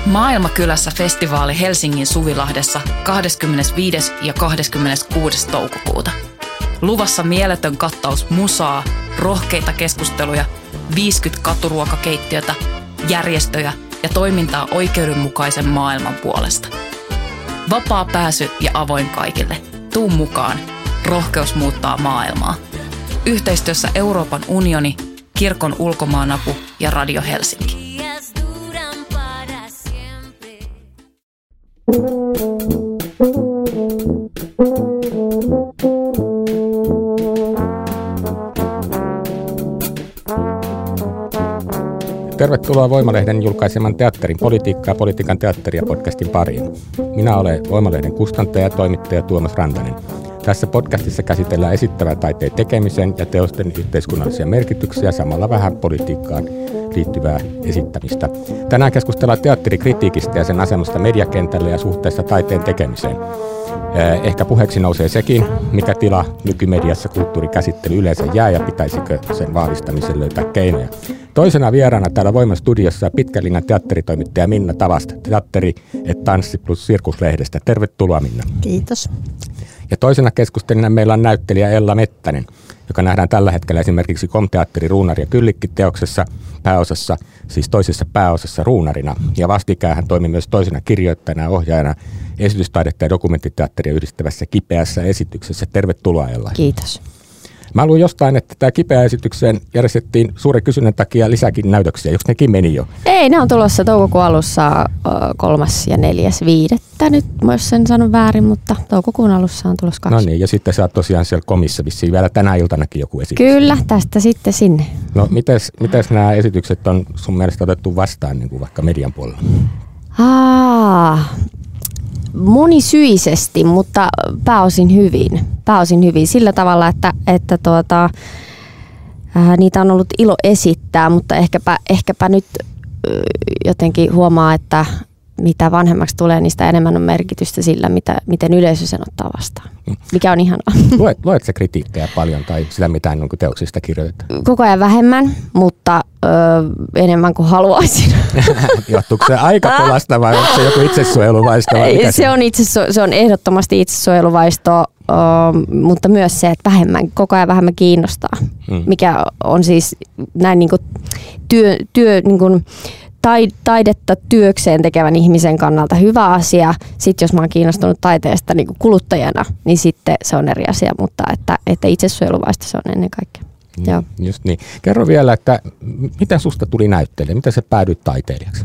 Maailmakylässä festivaali Helsingin Suvilahdessa 25. ja 26. toukokuuta. Luvassa mieletön kattaus musaa, rohkeita keskusteluja, 50 katuruokakeittiötä, järjestöjä ja toimintaa oikeudenmukaisen maailman puolesta. Vapaa pääsy ja avoin kaikille. Tuu mukaan. Rohkeus muuttaa maailmaa. Yhteistyössä Euroopan unioni, Kirkon Ulkomaanapu ja Radio Helsinki. Tervetuloa Voimalehden julkaiseman teatterin politiikkaa, politiikan teatteria podcastin pariin. Minä olen Voimalehden kustantaja ja toimittaja Tuomas Rantanen. Tässä podcastissa käsitellään esittävän taiteen tekemisen ja teosten yhteiskunnallisia merkityksiä, samalla vähän politiikkaan liittyvää esittämistä. Tänään keskustellaan teatterikritiikistä ja sen asemasta mediakentällä ja suhteessa taiteen tekemiseen. Ehkä puheeksi nousee sekin, mikä tila nykymediassa kulttuurikäsittely yleensä jää ja pitäisikö sen vahvistamiseen löytää keinoja. Toisena vieraana täällä Voiman studiossa pitkän linjan teatteritoimittaja Minna Tavast, teatteri et tanssi plus sirkuslehdestä. Tervetuloa Minna. Kiitos. Ja toisena keskustelijana meillä on näyttelijä Ella Mettänen, joka nähdään tällä hetkellä esimerkiksi Kom-teatteri Ruunari ja Kyllikki-teoksessa pääosassa, siis toisessa pääosassa ruunarina. Ja vastikään hän toimi myös toisena kirjoittajana ja ohjaajana esitystaidetta ja dokumenttiteatteria yhdistävässä Kipeässä esityksessä. Tervetuloa Ella. Kiitos. Mä luin jostain, että tämä Kipeä-esitykseen järjestettiin suuren kysynnän takia lisääkin näytöksiä. Joko nekin meni jo? Ei, ne on tulossa toukokuun alussa 3. ja 4.5. Nyt mä jos sen sanon väärin, mutta toukokuun alussa on tulossa 2. No niin, ja sitten sä oot tosiaan siellä komissa vissiin vielä tänä iltanakin joku esitys. Kyllä, tästä sitten sinne. No mites nämä esitykset on sun mielestä otettu vastaan niin kuin vaikka median puolella? Monisyisesti, mutta pääosin hyvin. Sillä tavalla, että niitä on ollut ilo esittää, mutta ehkäpä nyt jotenkin huomaa, että mitä vanhemmaksi tulee, niistä enemmän on merkitystä sillä, miten yleisö sen ottaa vastaan. Mikä on ihanaa. Luet sä kritiikkejä paljon tai sitä mitään niin teoksista kirjoitetaan? Koko ajan vähemmän, mutta enemmän kuin haluaisin. Johtuuko se aikapulasta vai onko se joku itsesuojeluvaisto? Se on ehdottomasti itsesuojeluvaisto, mutta myös se, että koko ajan vähemmän kiinnostaa. Mikä on siis näin niin kuin niin kuin taidetta työkseen tekevän ihmisen kannalta hyvä asia. Sitten jos mä oon kiinnostunut taiteesta niin kuin kuluttajana, niin sitten se on eri asia, mutta että itsesuojeluvaisto se on ennen kaikkea. Joo. Just niin. Kerro vielä, että miten susta tuli näyttelijä? Miten sä päädyit taiteilijaksi?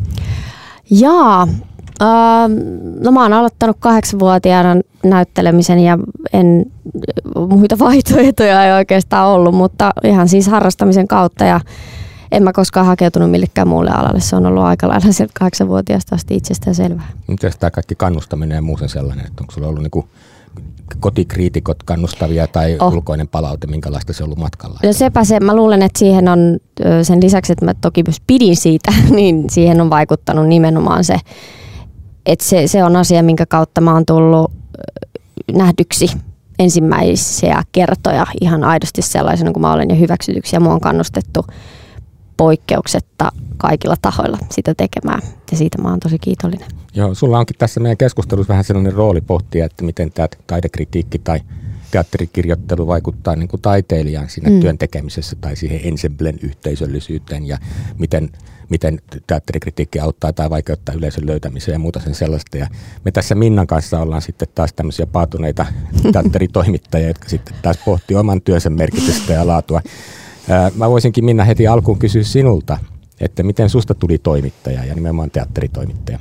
Mä oon aloittanut 8-vuotiaana näyttelemisen ja muita vaihtoehtoja ei oikeastaan ollut, mutta ihan siis harrastamisen kautta ja en mä koskaan hakeutunut millekään muulle alalle. Se on ollut aika lailla sieltä 8-vuotiaasta asti itsestään selvää. Miten tämä kaikki kannustaminen ja muu sen sellainen, että onko sulla ollut niinku kotikriitikot kannustavia tai ulkoinen palaute, minkälaista se on ollut matkalla? No sepä se. Mä luulen, että siihen on sen lisäksi, että mä toki myös pidin siitä, niin siihen on vaikuttanut nimenomaan se, että se on asia, minkä kautta mä oon tullut nähdyksi ensimmäisiä kertoja ihan aidosti sellaisena kuin mä olen ja hyväksytyksi ja mua on kannustettu poikkeuksetta kaikilla tahoilla sitä tekemään ja siitä mä oon tosi kiitollinen. Joo, sulla onkin tässä meidän keskustelussa vähän sellainen rooli pohtia, että miten tämä taidekritiikki tai teatterikirjoittelu vaikuttaa niin kuin taiteilijan siinä työn tekemisessä tai siihen ensemblen yhteisöllisyyteen ja miten teatterikritiikki auttaa tai vaikeuttaa yleisön löytämiseen ja muuta sen sellaista. Ja me tässä Minnan kanssa ollaan sitten taas tämmöisiä paatuneita teatteritoimittajia, jotka sitten taas pohtii oman työnsä merkitystä ja laatua. Mä voisinkin Minna heti alkuun kysyä sinulta, että miten susta tuli toimittaja ja nimenomaan teatteritoimittaja?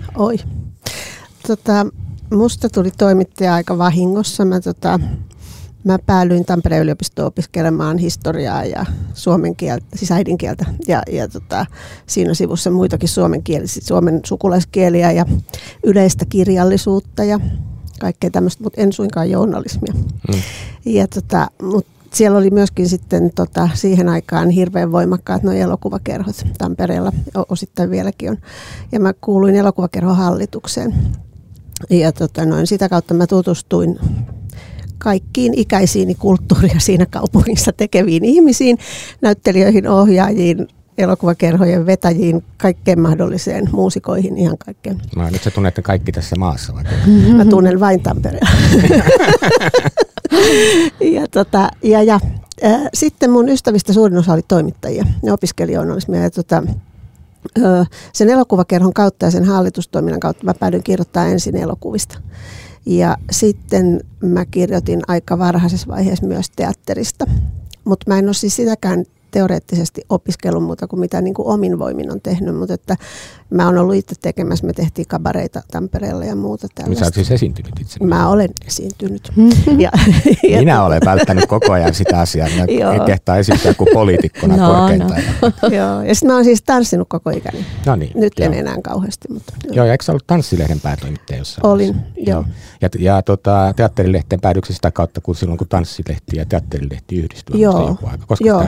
Musta tuli toimittaja aika vahingossa. Mä päädyin Tampereen yliopistoon opiskelemaan historiaa ja suomen kieltä, siis äidinkieltä. Ja siinä on sivussa muitakin suomen sukulaiskieliä ja yleistä kirjallisuutta ja kaikkea tämmöistä, mutta en suinkaan journalismia. Mutta siellä oli myöskin sitten siihen aikaan hirveän voimakkaat nuo elokuvakerhot Tampereella, osittain vieläkin on. Ja mä kuuluin elokuvakerhon hallitukseen. Ja sitä kautta mä tutustuin kaikkiin ikäisiin kulttuuria siinä kaupungissa tekeviin ihmisiin, näyttelijöihin, ohjaajiin, elokuvakerhojen vetäjiin, kaikkeen mahdolliseen, muusikoihin, ihan kaikkeen. Nyt sä tunnette kaikki tässä maassa vaikka. Mä tunnen vain Tampereella. Sitten mun ystävistä suurin osa oli toimittajia ja opiskelijournalismia. Sen elokuvakerhon kautta ja sen hallitustoiminnan kautta mä päädyin kirjoittamaan ensin elokuvista. Ja sitten mä kirjoitin aika varhaisessa vaiheessa myös teatterista. Mutta mä en ole siis sitäkään teoreettisesti opiskellut muuta kuin mitä niin kuin omin voimin on tehnyt, mutta että mä oon ollut itse tekemässä, me tehtiin kabareita Tampereella ja muuta tällaista. Sä oot siis esiintynyt itse? Mä olen esiintynyt. Minä olen välttänyt koko ajan sitä asiaa, minä en kehtaa esittää kuin poliitikkona korkeintaan. Joo, ja sitten mä oon siis tanssinut koko ikäni. No niin, nyt en enää kauheasti. Mutta, joo, eikö sä ollut Tanssilehden päätoimittaja jossain? Olin, joo. Ja Teatterilehteen päädyksessä sitä kautta, kun silloin kun Tanssilehti ja Teatterilehti yhdistyivät joku aika. Koska joo,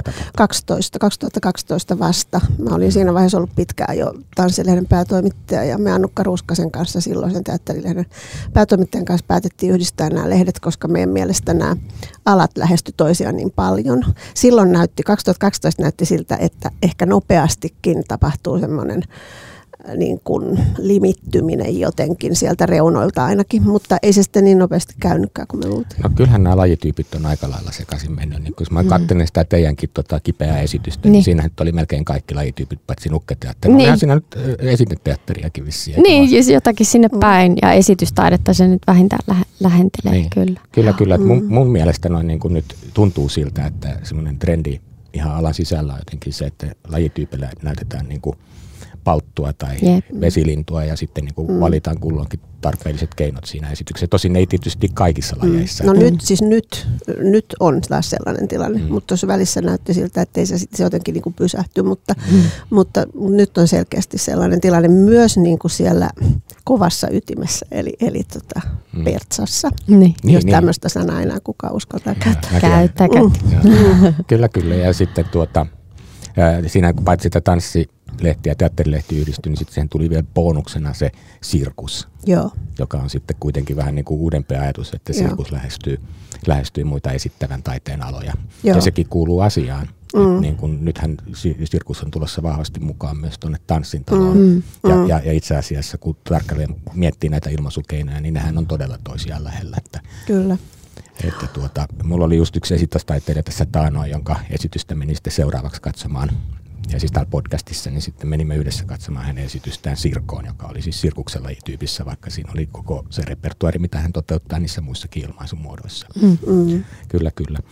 2012 vasta. Mä olin siinä vaiheessa ollut pitkään jo Tanssilehden päätoimittaja ja me Annukka Ruuskasen kanssa silloisen Teatterilehden päätoimittajan kanssa päätettiin yhdistää nämä lehdet, koska meidän mielestä nämä alat lähesty toisiaan niin paljon. Silloin 2012 näytti siltä, että ehkä nopeastikin tapahtuu semmoinen niin kuin limittyminen jotenkin sieltä reunoilta ainakin, mutta ei se sitten niin nopeasti käynytkään kuin me luultiin. No kyllähän nämä lajityypit on aika lailla sekaisin mennyt. Niin kun mä katselin sitä teidänkin kipeää esitystä, niin siinähän oli melkein kaikki lajityypit, paitsi nukketeatteri. Niin. Onhan siinä nyt esiteteatteriakin vissiin. Niin, jos jotakin sinne päin ja esitystaidetta se nyt vähintään lähentelee, niin. Kyllä. Kyllä. Mun mielestä noin niin kuin nyt tuntuu siltä, että semmoinen trendi ihan alan sisällä on jotenkin se, että lajityypillä näytetään niin kuin palttua tai vesilintua ja sitten niin kuin valitaan kulloinkin tarpeelliset keinot siinä esityksessä. Tosin ei tietysti kaikissa lajeissa. No nyt on taas sellainen tilanne, mutta tuossa välissä näytti siltä, että ei se jotenkin niin kuin pysähty, mutta nyt on selkeästi sellainen tilanne myös niin kuin siellä kovassa ytimessä, eli Pertsassa, jos tämmöistä sanaa enää kukaan uskaltaa käyttää. Kyllä. Ja sitten siinä kun paitsi sitä tanssilehti ja teatterilehti yhdistyi, niin sitten siihen tuli vielä bonuksena se sirkus, joka on sitten kuitenkin vähän niin kuin uudempi ajatus, että sirkus lähestyy muita esittävän taiteen aloja. Ja sekin kuuluu asiaan. Niin kun nythän sirkus on tulossa vahvasti mukaan myös tuonne tanssintaloon. Ja itse asiassa, kun tarkalleen miettii näitä ilmaisukeinoja, niin nehän on todella toisiaan lähellä. Kyllä. Että mulla oli just yksi esitystaiteilija tässä taanoin, jonka esitystä meni sitten seuraavaksi katsomaan. Ja siis täällä podcastissa, niin sitten menimme yhdessä katsomaan hänen esitystään Sirkoon, joka oli siis sirkuksen lajityypissä, vaikka siinä oli koko se repertuaari, mitä hän toteuttaa niissä muissakin ilmaisumuodoissa. Kyllä.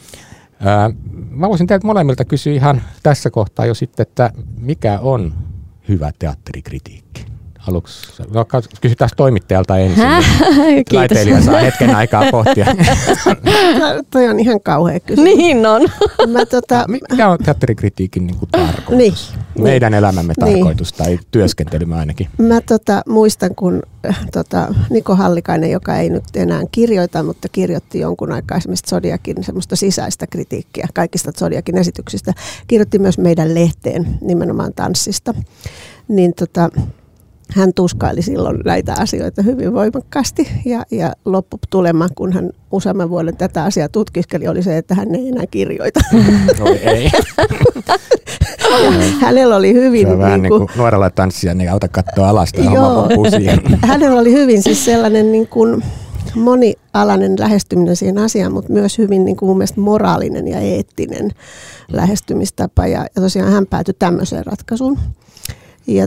Mä voisin teiltä molemmilta kysyä ihan tässä kohtaa jo sitten, että mikä on hyvä teatterikritiikki? Kysytään toimittajalta ensin. Taiteilija saa hetken aikaa pohtia. Toi on ihan kauhea kysymys. Niin on. Mikä on teatterikritiikin niin kuin tarkoitus? Meidän elämämme tarkoitus tai työskentelymme ainakin. Mä muistan, kun Niko Hallikainen, joka ei nyt enää kirjoita, mutta kirjoitti jonkun aikaa esimerkiksi Zodiakin semmoista sisäistä kritiikkiä kaikista Zodiakin esityksistä. Kirjoitti myös meidän lehteen nimenomaan tanssista. Niin hän tuskaili silloin näitä asioita hyvin voimakkaasti ja lopputulema, kun hän useamman vuoden tätä asiaa tutkiskeli, oli se, että hän ei enää kirjoita. No ei. Hänellä oli hyvin... Se on vähän niin kuin nuorella tanssija, niin auta katsoa alasta ja homma pusia. Hänellä oli hyvin siis sellainen niin kuin monialainen lähestyminen siihen asiaan, mutta myös hyvin niin kuin mun mielestä moraalinen ja eettinen lähestymistapa. Ja tosiaan hän päätyi tämmöiseen ratkaisuun. Ja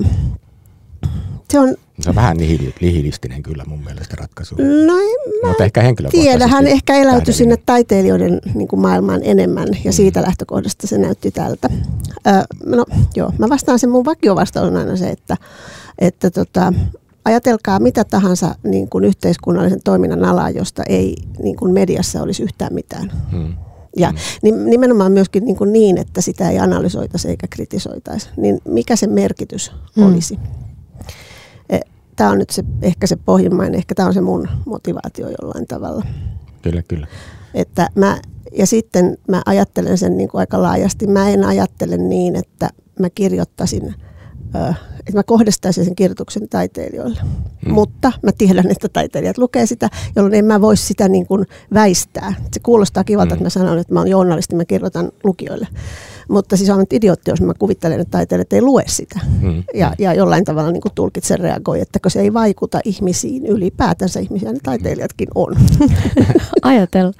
se on vähän nihilistinen kyllä mun mielestä ratkaisu. No mutta ehkä henkilökohtaisesti. Tiedä, hän ehkä eläytyi sinne taiteilijoiden niin kuin maailmaan enemmän ja siitä lähtökohdasta se näytti tältä. Mä vastaan sen, mun vakiovastaus on aina se, että ajatelkaa mitä tahansa niin kuin yhteiskunnallisen toiminnan alaa, josta ei niin kuin mediassa olisi yhtään mitään. Ja nimenomaan myöskin niin, että sitä ei analysoitaisi eikä kritisoitaisi. Niin mikä se merkitys olisi? Tämä on nyt ehkä se pohjimmainen, ehkä tämä on se mun motivaatio jollain tavalla. Kyllä. Ja sitten mä ajattelen sen niin kuin aika laajasti. Mä en ajattele niin, että mä kirjoittaisin että mä kohdistaisin sen kirjoituksen taiteilijoille. Mutta mä tiedän, että taiteilijat lukee sitä, jolloin en mä voi sitä niin kuin väistää. Se kuulostaa kivalta, että mä sanon, että mä oon journalisti, mä kirjoitan lukijoille. Mutta siis on nyt idiootti, jos mä kuvittelen, että taiteilijat ei lue sitä. Ja jollain tavalla niin kuin tulkitsen reagoi, että se ei vaikuta ihmisiin ylipäätänsä, ihmisiä ne taiteilijatkin on. Ajatella.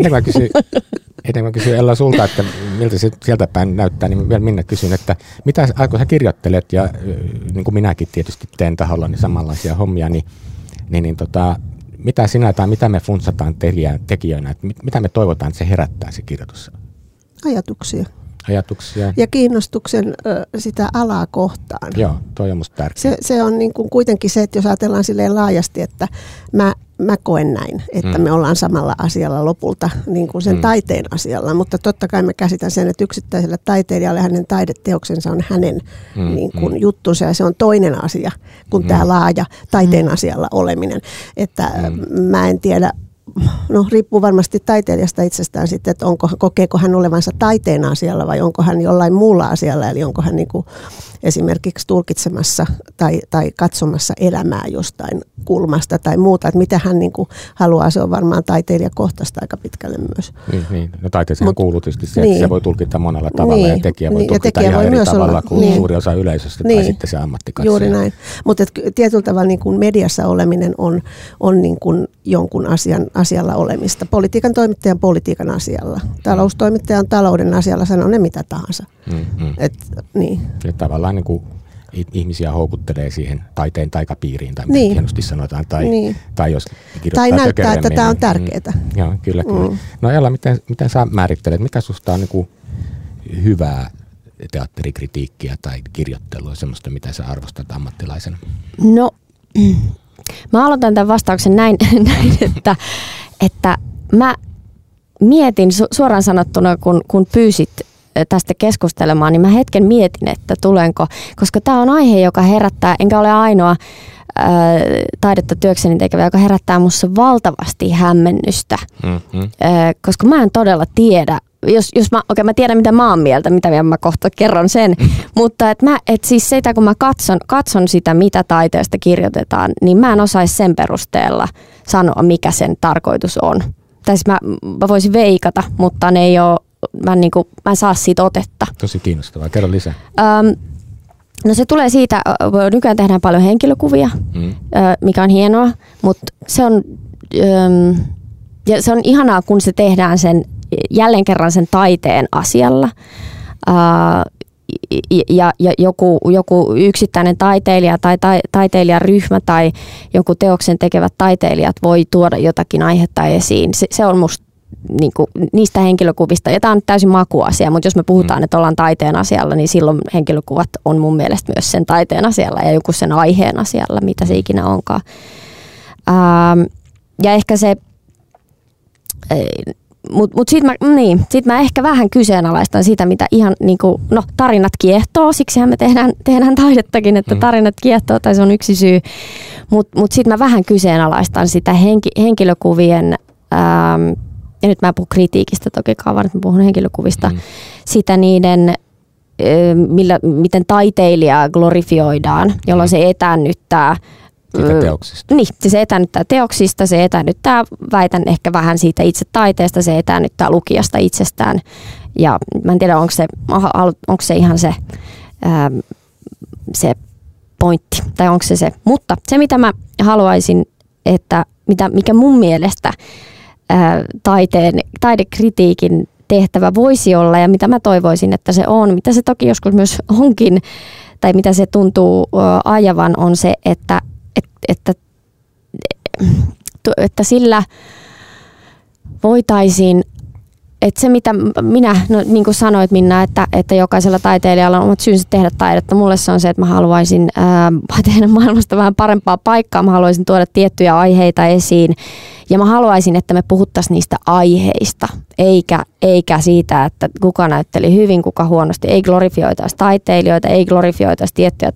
Ennen kuin kysyn Ella sulta, että miltä se sieltä päin näyttää, niin vielä Minna kysyn, että mitä kun sä kirjoittelet, ja niin kuin minäkin tietysti teen taholla niin samanlaisia hommia, niin mitä sinä tai mitä me funtsataan tekijöinä, että mitä me toivotaan, että se herättää se kirjoitus? Ajatuksia. Ja kiinnostuksen sitä alaa kohtaan. Joo, toi on musta tärkeää. Se on niin kuin kuitenkin se, että jos ajatellaan silleen laajasti, että mä koen näin, että me ollaan samalla asialla lopulta niin kuin sen taiteen asialla, mutta totta kai mä käsitän sen, että yksittäisellä taiteilijalle hänen taideteoksensa on hänen niin kuin juttunsa ja se on toinen asia kuin tämä laaja taiteen asialla oleminen. Että mä en tiedä, no riippuu varmasti taiteilijasta itsestään sitten, että kokeeko hän olevansa taiteen asialla vai onko hän jollain muulla asialla, eli onko hän niin kuin esimerkiksi tulkitsemassa tai katsomassa elämää jostain kulmasta tai muuta, että mitä hän niin kuin haluaa, se on varmaan taiteilijakohtaista aika pitkälle myös. Niin. No taiteeseen kuuluu tietysti se, että se voi tulkita monella tavalla ja tekijä voi tulkita ihan eri tavalla kuin suuri osa yleisöstä tai sitten se ammattikatsoja. Juuri näin, mutta tietyllä tavalla niin kuin mediassa oleminen on niin kuin jonkun asialla olemista. Politiikan toimittajan politiikan asialla. Taloustoimittajan talouden asialla, sanoo ne mitä tahansa. Niin. Ja tavallaan niin kuin ihmisiä houkuttelee siihen taiteen taikapiiriin, tai mitä hienosti sanotaan, tai jos kirjoittaa tai näyttää, että tämä on tärkeää. Joo, kyllä. No Ella, miten sä määrittelet, mikä susta on niin kuin hyvää teatterikritiikkiä tai kirjoittelua, semmoista, mitä sä arvostat ammattilaisena? No, mä aloitan tämän vastauksen näin että mä mietin suoraan sanottuna, kun pyysit tästä keskustelemaan, niin mä hetken mietin, että tulenko, koska tämä on aihe, joka herättää, enkä ole ainoa taidetta työkseni tekevä, joka herättää musta valtavasti hämmennystä, koska mä en todella tiedä, mä tiedän mitä mä oon mieltä, mitä mä kohta kerron sen, mutta et siis sitä kun mä katson sitä, mitä taiteesta kirjoitetaan, niin mä en osaisi sen perusteella sanoa, mikä sen tarkoitus on. Tai siis mä voisin veikata, mutta ne ei ole, mä en saa siitä otetta. Tosi kiinnostavaa. Kerro lisää. No se tulee siitä, nykyään tehdään paljon henkilökuvia, mikä on hienoa, mutta se on ihanaa, kun se tehdään jälleen kerran sen taiteen asialla. Ja joku yksittäinen taiteilija tai taiteilijaryhmä tai joku teoksen tekevät taiteilijat voi tuoda jotakin aihetta esiin. Se on musta niinku niistä henkilökuvista, ja tämä on täysin makuasia, mutta jos me puhutaan, että ollaan taiteen asialla, niin silloin henkilökuvat on mun mielestä myös sen taiteen asialla ja joku sen aiheen asialla, mitä se ikinä onkaan. Ja ehkä se, mutta sit mä ehkä vähän kyseenalaistan sitä, mitä ihan niinku, no tarinat kiehtoo, siksihän me tehdään taidettakin, että tarinat kiehtoo, tai se on yksi syy, mut sit mä vähän kyseenalaistan sitä henkilökuvien, ja nyt mä en puhu kritiikistä tokikaan, vaan mä puhun henkilökuvista, sitä niiden, miten taiteilijaa glorifioidaan, jolloin se etäännyttää teoksista. Niin, se etäännyttää teoksista, se etäännyttää, väitän ehkä vähän siitä itse taiteesta, se etäännyttää lukijasta itsestään. Ja mä en tiedä, onko se ihan se pointti, tai onko se. Mutta se, mitä mä haluaisin, että mikä mun mielestä taidekritiikin tehtävä voisi olla, ja mitä mä toivoisin, että se on, mitä se toki joskus myös onkin, tai mitä se tuntuu ajavan, on se, että sillä voitaisiin, että se mitä minä, no niin kuin sanoit Minna, että jokaisella taiteilijalla on omat syynsä tehdä taidetta. Mulle se on se, että mä haluaisin tehdä maailmasta vähän parempaa paikkaa, mä haluaisin tuoda tiettyjä aiheita esiin ja mä haluaisin, että me puhuttaisiin niistä aiheista, eikä siitä, että kuka näytteli hyvin, kuka huonosti, ei glorifioitaisi taiteilijoita, ei glorifioitaisi tiettyjä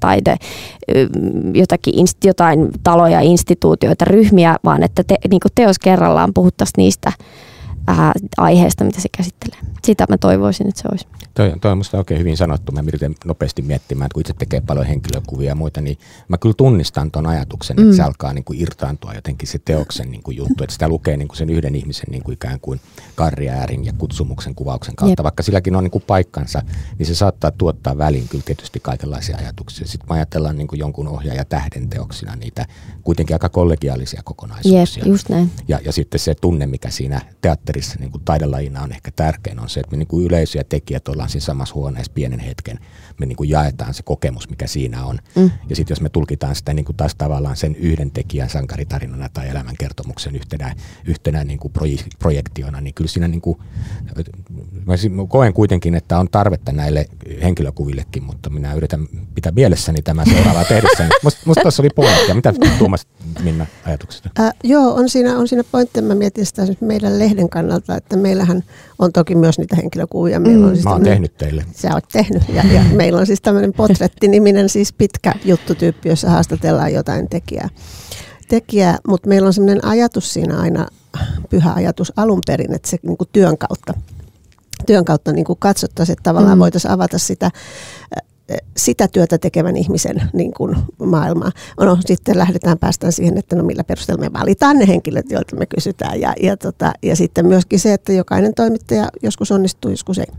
jotain taloja, instituutioita, ryhmiä, vaan että niin kuin teos kerrallaan puhuttaisiin niistä aiheesta, mitä se käsittelee. Sitä mä toivoisin, että se olisi. Toi on musta oikein hyvin sanottu. Mä yritän nopeasti miettimään, että kun itse tekee paljon henkilökuvia ja muita, niin mä kyllä tunnistan ton ajatuksen, että se alkaa niin kuin irtaantua jotenkin se teoksen niin kuin juttu. Että sitä lukee niin kuin sen yhden ihmisen niin kuin ikään kuin karriäärin ja kutsumuksen kuvauksen kautta. Jep. Vaikka silläkin on niin kuin paikkansa, niin se saattaa tuottaa väliin kyllä tietysti kaikenlaisia ajatuksia. Sitten me ajatellaan niin kuin jonkun ohjaaja tähden teoksina niitä kuitenkin aika kollegiaalisia kokonaisuuksia. Jep, just näin. Ja sitten se tunne, mikä siinä teatterissa niin kuin taidelajina on ehkä tärkein, on se, että me niin kuin yleisö ja tekijät ollaan siinä samassa huoneessa pienen hetken. Me niin kuin jaetaan se kokemus, mikä siinä on. Ja sitten jos me tulkitaan sitä niin kuin taas tavallaan sen yhden tekijän sankaritarinana tai elämänkertomuksen yhtenä niin kuin projektiona, niin kyllä siinä niin kuin, mä koen kuitenkin, että on tarvetta näille henkilökuvillekin, mutta minä yritän pitää mielessäni tämä seuraava tehdessäni. Musta tuossa oli pointtia. Mitä tuumasit, Minna, ajatuksesta? Joo, on siinä pointtia. Mä mietin sitä meidän lehden kannalta, että meillähän on toki myös niitä henkilökuvia. Mä oon tehnyt teille. Sä oot tehnyt. Ja meillä on siis tämmöinen Potretti-niminen siis pitkä juttutyyppi, jossa haastatellaan jotain tekijää, mutta meillä on semmoinen ajatus siinä aina, pyhä ajatus alun perin, että se niin kuin työn kautta niin kuin katsottaisiin, että tavallaan voitaisiin avata sitä työtä tekevän ihmisen niin kuin maailmaa. No, sitten päästään siihen, että no millä perusteella me valitaan ne henkilöt, joilta me kysytään. Ja sitten myöskin se, että jokainen toimittaja joskus onnistuu, joskus ei.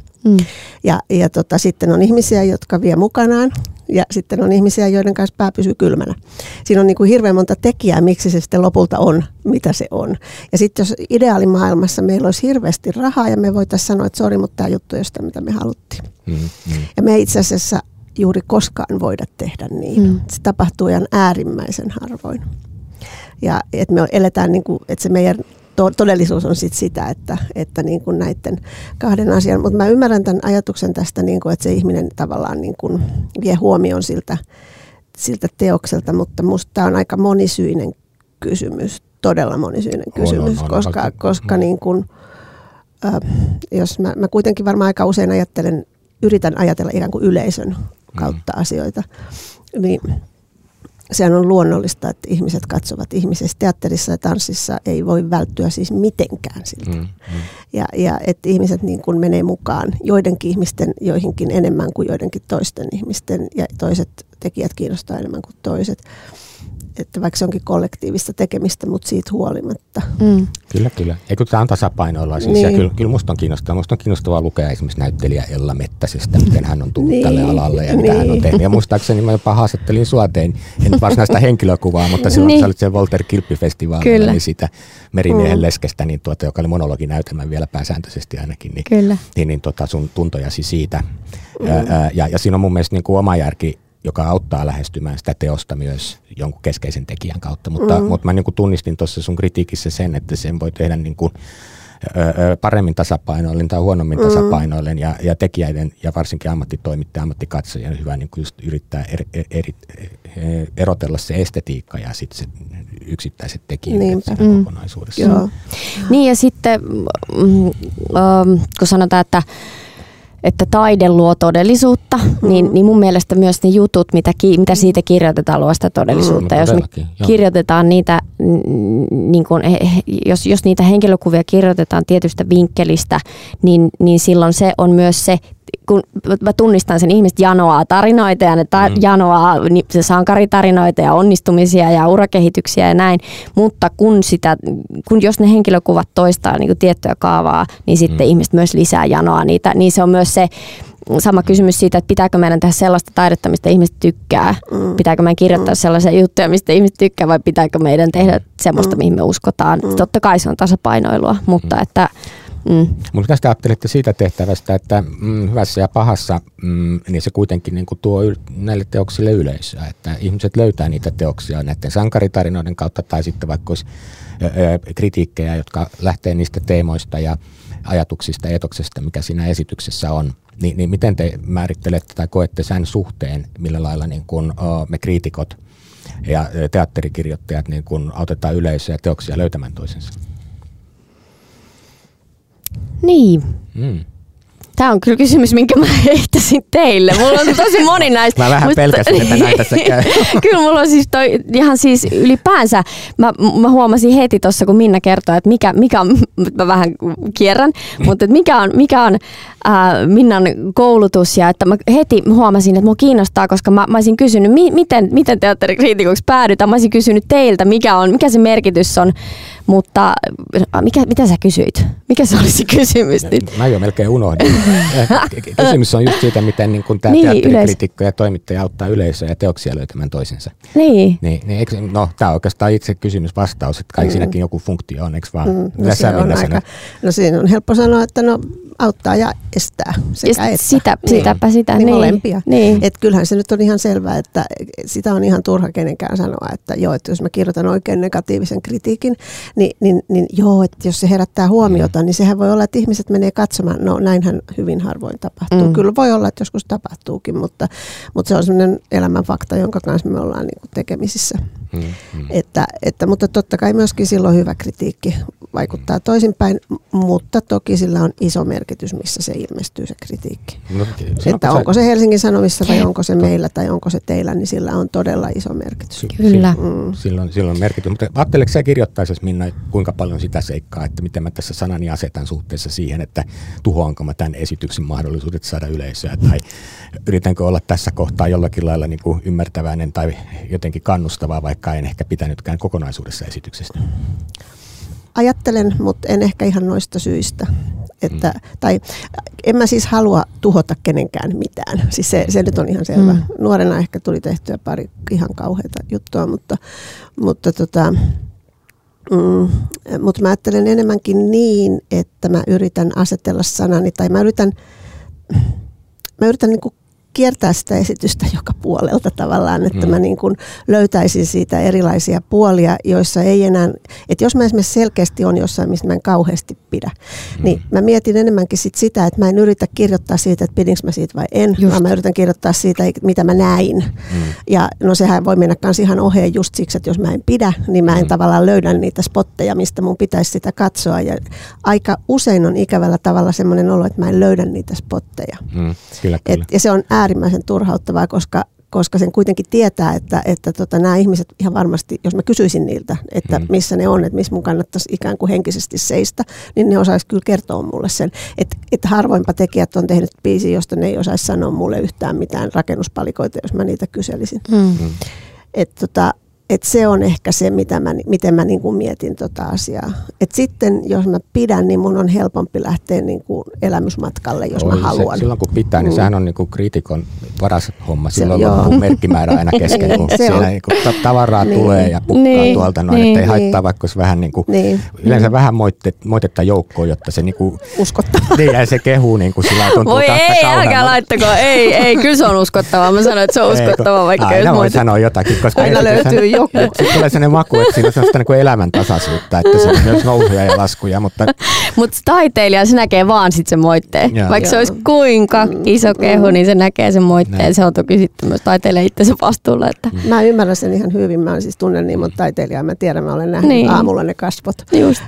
Sitten on ihmisiä, jotka vie mukanaan, ja sitten on ihmisiä, joiden kanssa pää pysyy kylmänä. Siinä on niin kuin hirveän monta tekijää, miksi se sitten lopulta on, mitä se on. Ja sitten jos ideaalimaailmassa meillä olisi hirveästi rahaa, ja me voitaisiin sanoa, että sori, mutta tämä juttu ei ole sitä, mitä me haluttiin. Ja me itse asiassa juuri koskaan voida tehdä niin. Se tapahtuu ihan äärimmäisen harvoin. Ja että me eletään, niin kuin, että se meidän todellisuus on sit sitä, että niin kuin näiden kahden asian. Mutta mä ymmärrän tämän ajatuksen tästä, niin kuin, että se ihminen tavallaan niin kuin vie huomioon siltä teokselta, mutta musta tämä on aika monisyinen kysymys, todella monisyinen kysymys, koska niin kuin, jos mä kuitenkin varmaan aika usein yritän ajatella ikään kuin yleisön kautta asioita, niin sehän on luonnollista, että ihmiset katsovat ihmisessä. Teatterissa ja tanssissa ei voi välttyä siis mitenkään siltä. Ja että ihmiset niin kuin menee mukaan joidenkin ihmisten joihinkin enemmän kuin joidenkin toisten ihmisten, ja toiset tekijät kiinnostaa enemmän kuin toiset. Että vaikka se onkin kollektiivista tekemistä, mutta siitä huolimatta. Kyllä. Eikö tämä on tasapainoilla siis, niin. Ja kyllä musta on kiinnostavaa lukea esimerkiksi näyttelijä Ella Mettäsestä, miten hän on tullut tälle alalle ja mitä hän on tehnyt. Ja muistaakseni mä jopa haastattelin sua, en varsinaista henkilökuvaa, mutta silloin sä olit sen Walter Kilpi-festivaalilla, eli sitä Merimiehen leskestä, niin joka oli monologinäytelmä vielä pääsääntöisesti ainakin, niin sun tuntojasi siitä. Ja siinä on mun mielestä niin kuin oma järki, joka auttaa lähestymään sitä teosta myös jonkun keskeisen tekijän kautta. Mutta mä niin kuin tunnistin tuossa sun kritiikissä sen, että sen voi tehdä niin kuin paremmin tasapainoillen tai huonommin tasapainoillen, ja tekijöiden ja varsinkin ammattitoimittajan, ammattikatsojien hyvä niin kuin just yrittää erotella se estetiikka ja sitten se yksittäiset tekijät siinä kokonaisuudessa. Joo. Niin, ja sitten kun sanotaan, että taide luo todellisuutta, niin mun mielestä myös ne jutut, mitä siitä kirjoitetaan, luo sitä todellisuutta. Jos me kirjoitetaan niitä, niin kun, jos niitä henkilökuvia kirjoitetaan tietystä vinkkelistä, niin silloin se on myös se, kun mä tunnistan sen, ihmiset janoaa tarinoita ja ne janoaa se sankaritarinoita ja onnistumisia ja urakehityksiä ja näin, mutta jos ne henkilökuvat toistaa niin kuin tiettyä kaavaa, niin sitten ihmiset myös lisää janoaa niitä, niin se on myös se sama kysymys siitä, että pitääkö meidän tehdä sellaista taidetta, mistä ihmiset tykkää, pitääkö meidän kirjoittaa sellaisia juttuja, mistä ihmiset tykkää, vai pitääkö meidän tehdä semmoista, mihin me uskotaan. Totta kai se on tasapainoilua, mutta että Mutta mitä te ajattelitte siitä tehtävästä, että hyvässä ja pahassa, niin se kuitenkin niin kuin tuo näille teoksille yleisöä, että ihmiset löytää niitä teoksia näiden sankaritarinoiden kautta tai sitten vaikka olisi kritiikkejä, jotka lähtee niistä teemoista ja ajatuksista ja etoksesta, mikä siinä esityksessä on. Niin miten te määrittelette tai koette sen suhteen, millä lailla niin kuin me kriitikot ja teatterikirjoittajat niin kuin autetaan yleisöä ja teoksia löytämään toisensa? Niin. Tämä on kyllä kysymys, minkä mä heittäisin teille. Mulla on tosi moni näistä. Mä vähän pelkäsin, että näin tässä käy. Kyllä mulla on siis ihan siis ylipäänsä. Mä huomasin heti tuossa, kun Minna kertoi, että mikä on, mä vähän kierrän, mutta että mikä on Minnan koulutus ja että mä heti huomasin, että mua kiinnostaa, koska mä olisin kysynyt, miten teatterikriitikoksi päädytään. Mä olisin kysynyt teiltä, mikä se merkitys on, mutta mitä sä kysyit? Mikä se olisi kysymys nyt? Mä jo melkein unohdin. Kysymys on just siitä, miten niin kun tämä teatterikriitikko ja toimittaja auttaa yleisöä ja teoksia löytämään toisensa. Niin. Tämä on oikeastaan itse kysymys-vastaus, että kai siinäkin joku funktio on, eikö vaan? No siinä on helppo sanoa, että auttaa ja estää sekä että. Sitäpä sitä. Niin. Molempia. Niin. Et kyllähän se nyt on ihan selvää, että sitä on ihan turha kenenkään sanoa, että joo, että jos mä kirjoitan oikein negatiivisen kritiikin, niin joo, että jos se herättää huomiota, niin sehän voi olla, että ihmiset menee katsomaan. No näinhän hyvin harvoin tapahtuu. Kyllä voi olla, että joskus tapahtuukin, mutta se on sellainen elämän fakta, jonka kanssa me ollaan niin kuin tekemisissä. Mutta totta kai myöskin silloin hyvä kritiikki vaikuttaa toisinpäin, mutta toki sillä on iso merkitys, missä se ilmestyy se kritiikki. No, että onko se Helsingin Sanomissa vai onko se meillä tai onko se teillä, niin sillä on todella iso merkitys. Kyllä. Silloin merkitys. Mutta ajatteleeko sä kirjoittaisesi, Minna, kuinka paljon sitä seikkaa, että miten mä tässä sanani asetan suhteessa siihen, että tuhoanko mä tämän esityksen mahdollisuudet saada yleisöä tai yritänkö olla tässä kohtaa jollakin lailla niin kuin ymmärtäväinen tai jotenkin kannustavaa, vaikka en ehkä pitänytkään kokonaisuudessa esityksestä? Ajattelen, mutta en ehkä ihan noista syistä. Tai en mä siis halua tuhota kenenkään mitään. Siis se nyt on ihan selvä. Nuorena ehkä tuli tehtyä pari ihan kauheata juttua, mutta mä ajattelen enemmänkin niin, että mä yritän asetella sanani tai mä yritän niin kuin kiertää sitä esitystä joka puolelta tavallaan, että mä niin kuin löytäisin siitä erilaisia puolia, joissa ei enää, että jos mä esimerkiksi selkeästi on jossain, mistä mä en kauheasti pidä, niin mä mietin enemmänkin sitä, että mä en yritä kirjoittaa siitä, että pidinkö mä siitä vai en, vaan mä yritän kirjoittaa siitä, mitä mä näin. Ja no sehän voi mennä kans ihan oheen just siksi, että jos mä en pidä, niin mä en tavallaan löydä niitä spotteja, mistä mun pitäisi sitä katsoa. Ja aika usein on ikävällä tavalla semmoinen olo, että mä en löydä niitä spotteja. Kyllä. Ja se on äärimmäisen turhauttavaa, koska sen kuitenkin tietää, että nämä ihmiset ihan varmasti, jos mä kysyisin niiltä, että missä ne on, että missä mun kannattaisi ikään kuin henkisesti seistä, niin ne osaisi kyllä kertoa mulle sen. Että harvoinpa tekijät on tehnyt biisin, josta ne ei osaisi sanoa mulle yhtään mitään rakennuspalikoita, jos mä niitä kyselisin. Että se on ehkä se, miten mä niin kuin mietin tota asiaa. Et sitten, jos mä pidän, niin mun on helpompi lähteä niin kuin elämysmatkalle, jos mä haluan. Silloin kun pitää, niin sehän on niin kuin kriitikon paras homma. Silloin loppuu merkkimäärä aina kesken, kun siellä niin kuin tavaraa tulee ja pukkaa tuolta noin, että ei haittaa, vaikka olisi vähän niin kuin, yleensä vähän moitetta joukkoon, jotta se niin kuin uskottavaa. Niin, ja se kehuu niin kuin sillä tuntuu taas kauhean. Älkää laittako, ei, kyllä se on uskottavaa. Mä sanoin, että se on uskottavaa, vaikka aina voi sanoa jotakin, koska aina löytyy joku. Sitten tulee sellainen maku, että siinä on sellaista niin kuin elämäntasaisuutta, että siinä on myös nousuja ja laskuja. Mutta taiteilija, se näkee vaan sitten se moitteen. Vaikka se olisi kuinka iso kehu, niin se näkee sen moitteen. Se on toki sitten myös taiteilija itsensä vastuulla. Että. Mä ymmärrän sen ihan hyvin. Mä siis tunnen niin monta taiteilijaa. Mä tiedän, mä olen nähnyt aamulla ne kasvot. Just.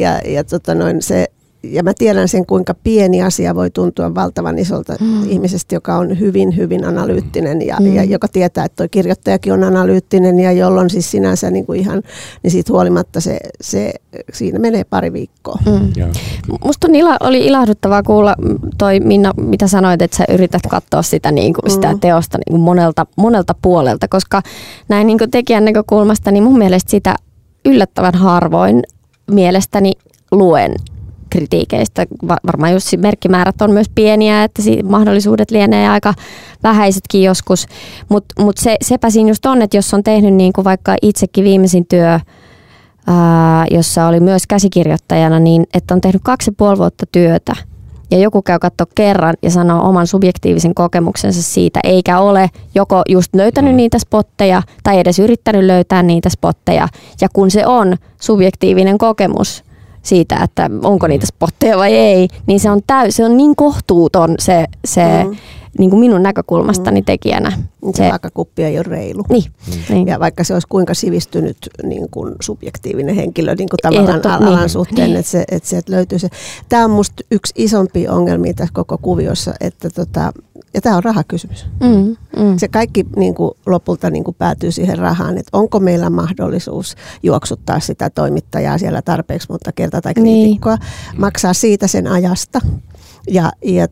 Ja mä tiedän sen, kuinka pieni asia voi tuntua valtavan isolta ihmisestä, joka on hyvin, hyvin analyyttinen ja joka tietää, että toi kirjoittajakin on analyyttinen ja jolloin siis sinänsä niin kuin ihan, niin siitä huolimatta siinä menee pari viikkoa. Musta oli ilahduttavaa kuulla toi Minna, mitä sanoit, että sä yrität katsoa sitä, niin kuin, sitä teosta niin kuin monelta puolelta, koska näin niin kuin tekijän näkökulmasta, niin mun mielestä sitä yllättävän harvoin mielestäni luen kritiikeistä. Varmaan just merkkimäärät on myös pieniä, että mahdollisuudet lienee aika vähäisetkin joskus, mutta sepä siinä just on, että jos on tehnyt niin kuin vaikka itsekin viimeisin työ, jossa oli myös käsikirjoittajana, niin että on tehnyt 2,5 vuotta työtä ja joku käy katsoa kerran ja sanoo oman subjektiivisen kokemuksensa siitä, eikä ole joko just löytänyt niitä spotteja tai edes yrittänyt löytää niitä spotteja, ja kun se on subjektiivinen kokemus siitä, että onko niitä spotteja vai ei, niin se on niin kohtuuton se niin kuin minun näkökulmastani tekijänä. Se vaakakuppi ei ole reilu. Niin. Ja vaikka se olisi kuinka sivistynyt niin kuin subjektiivinen henkilö niin kuin tavallaan alan suhteen, että sieltä löytyy se. Tämä on musta yksi isompi ongelmia tässä koko kuviossa, että ja tämä on rahakysymys. Se kaikki niin kuin lopulta niin kuin päätyy siihen rahaan, että onko meillä mahdollisuus juoksuttaa sitä toimittajaa siellä tarpeeksi monta kertaa tai kriitikkoa, maksaa siitä sen ajasta. Ja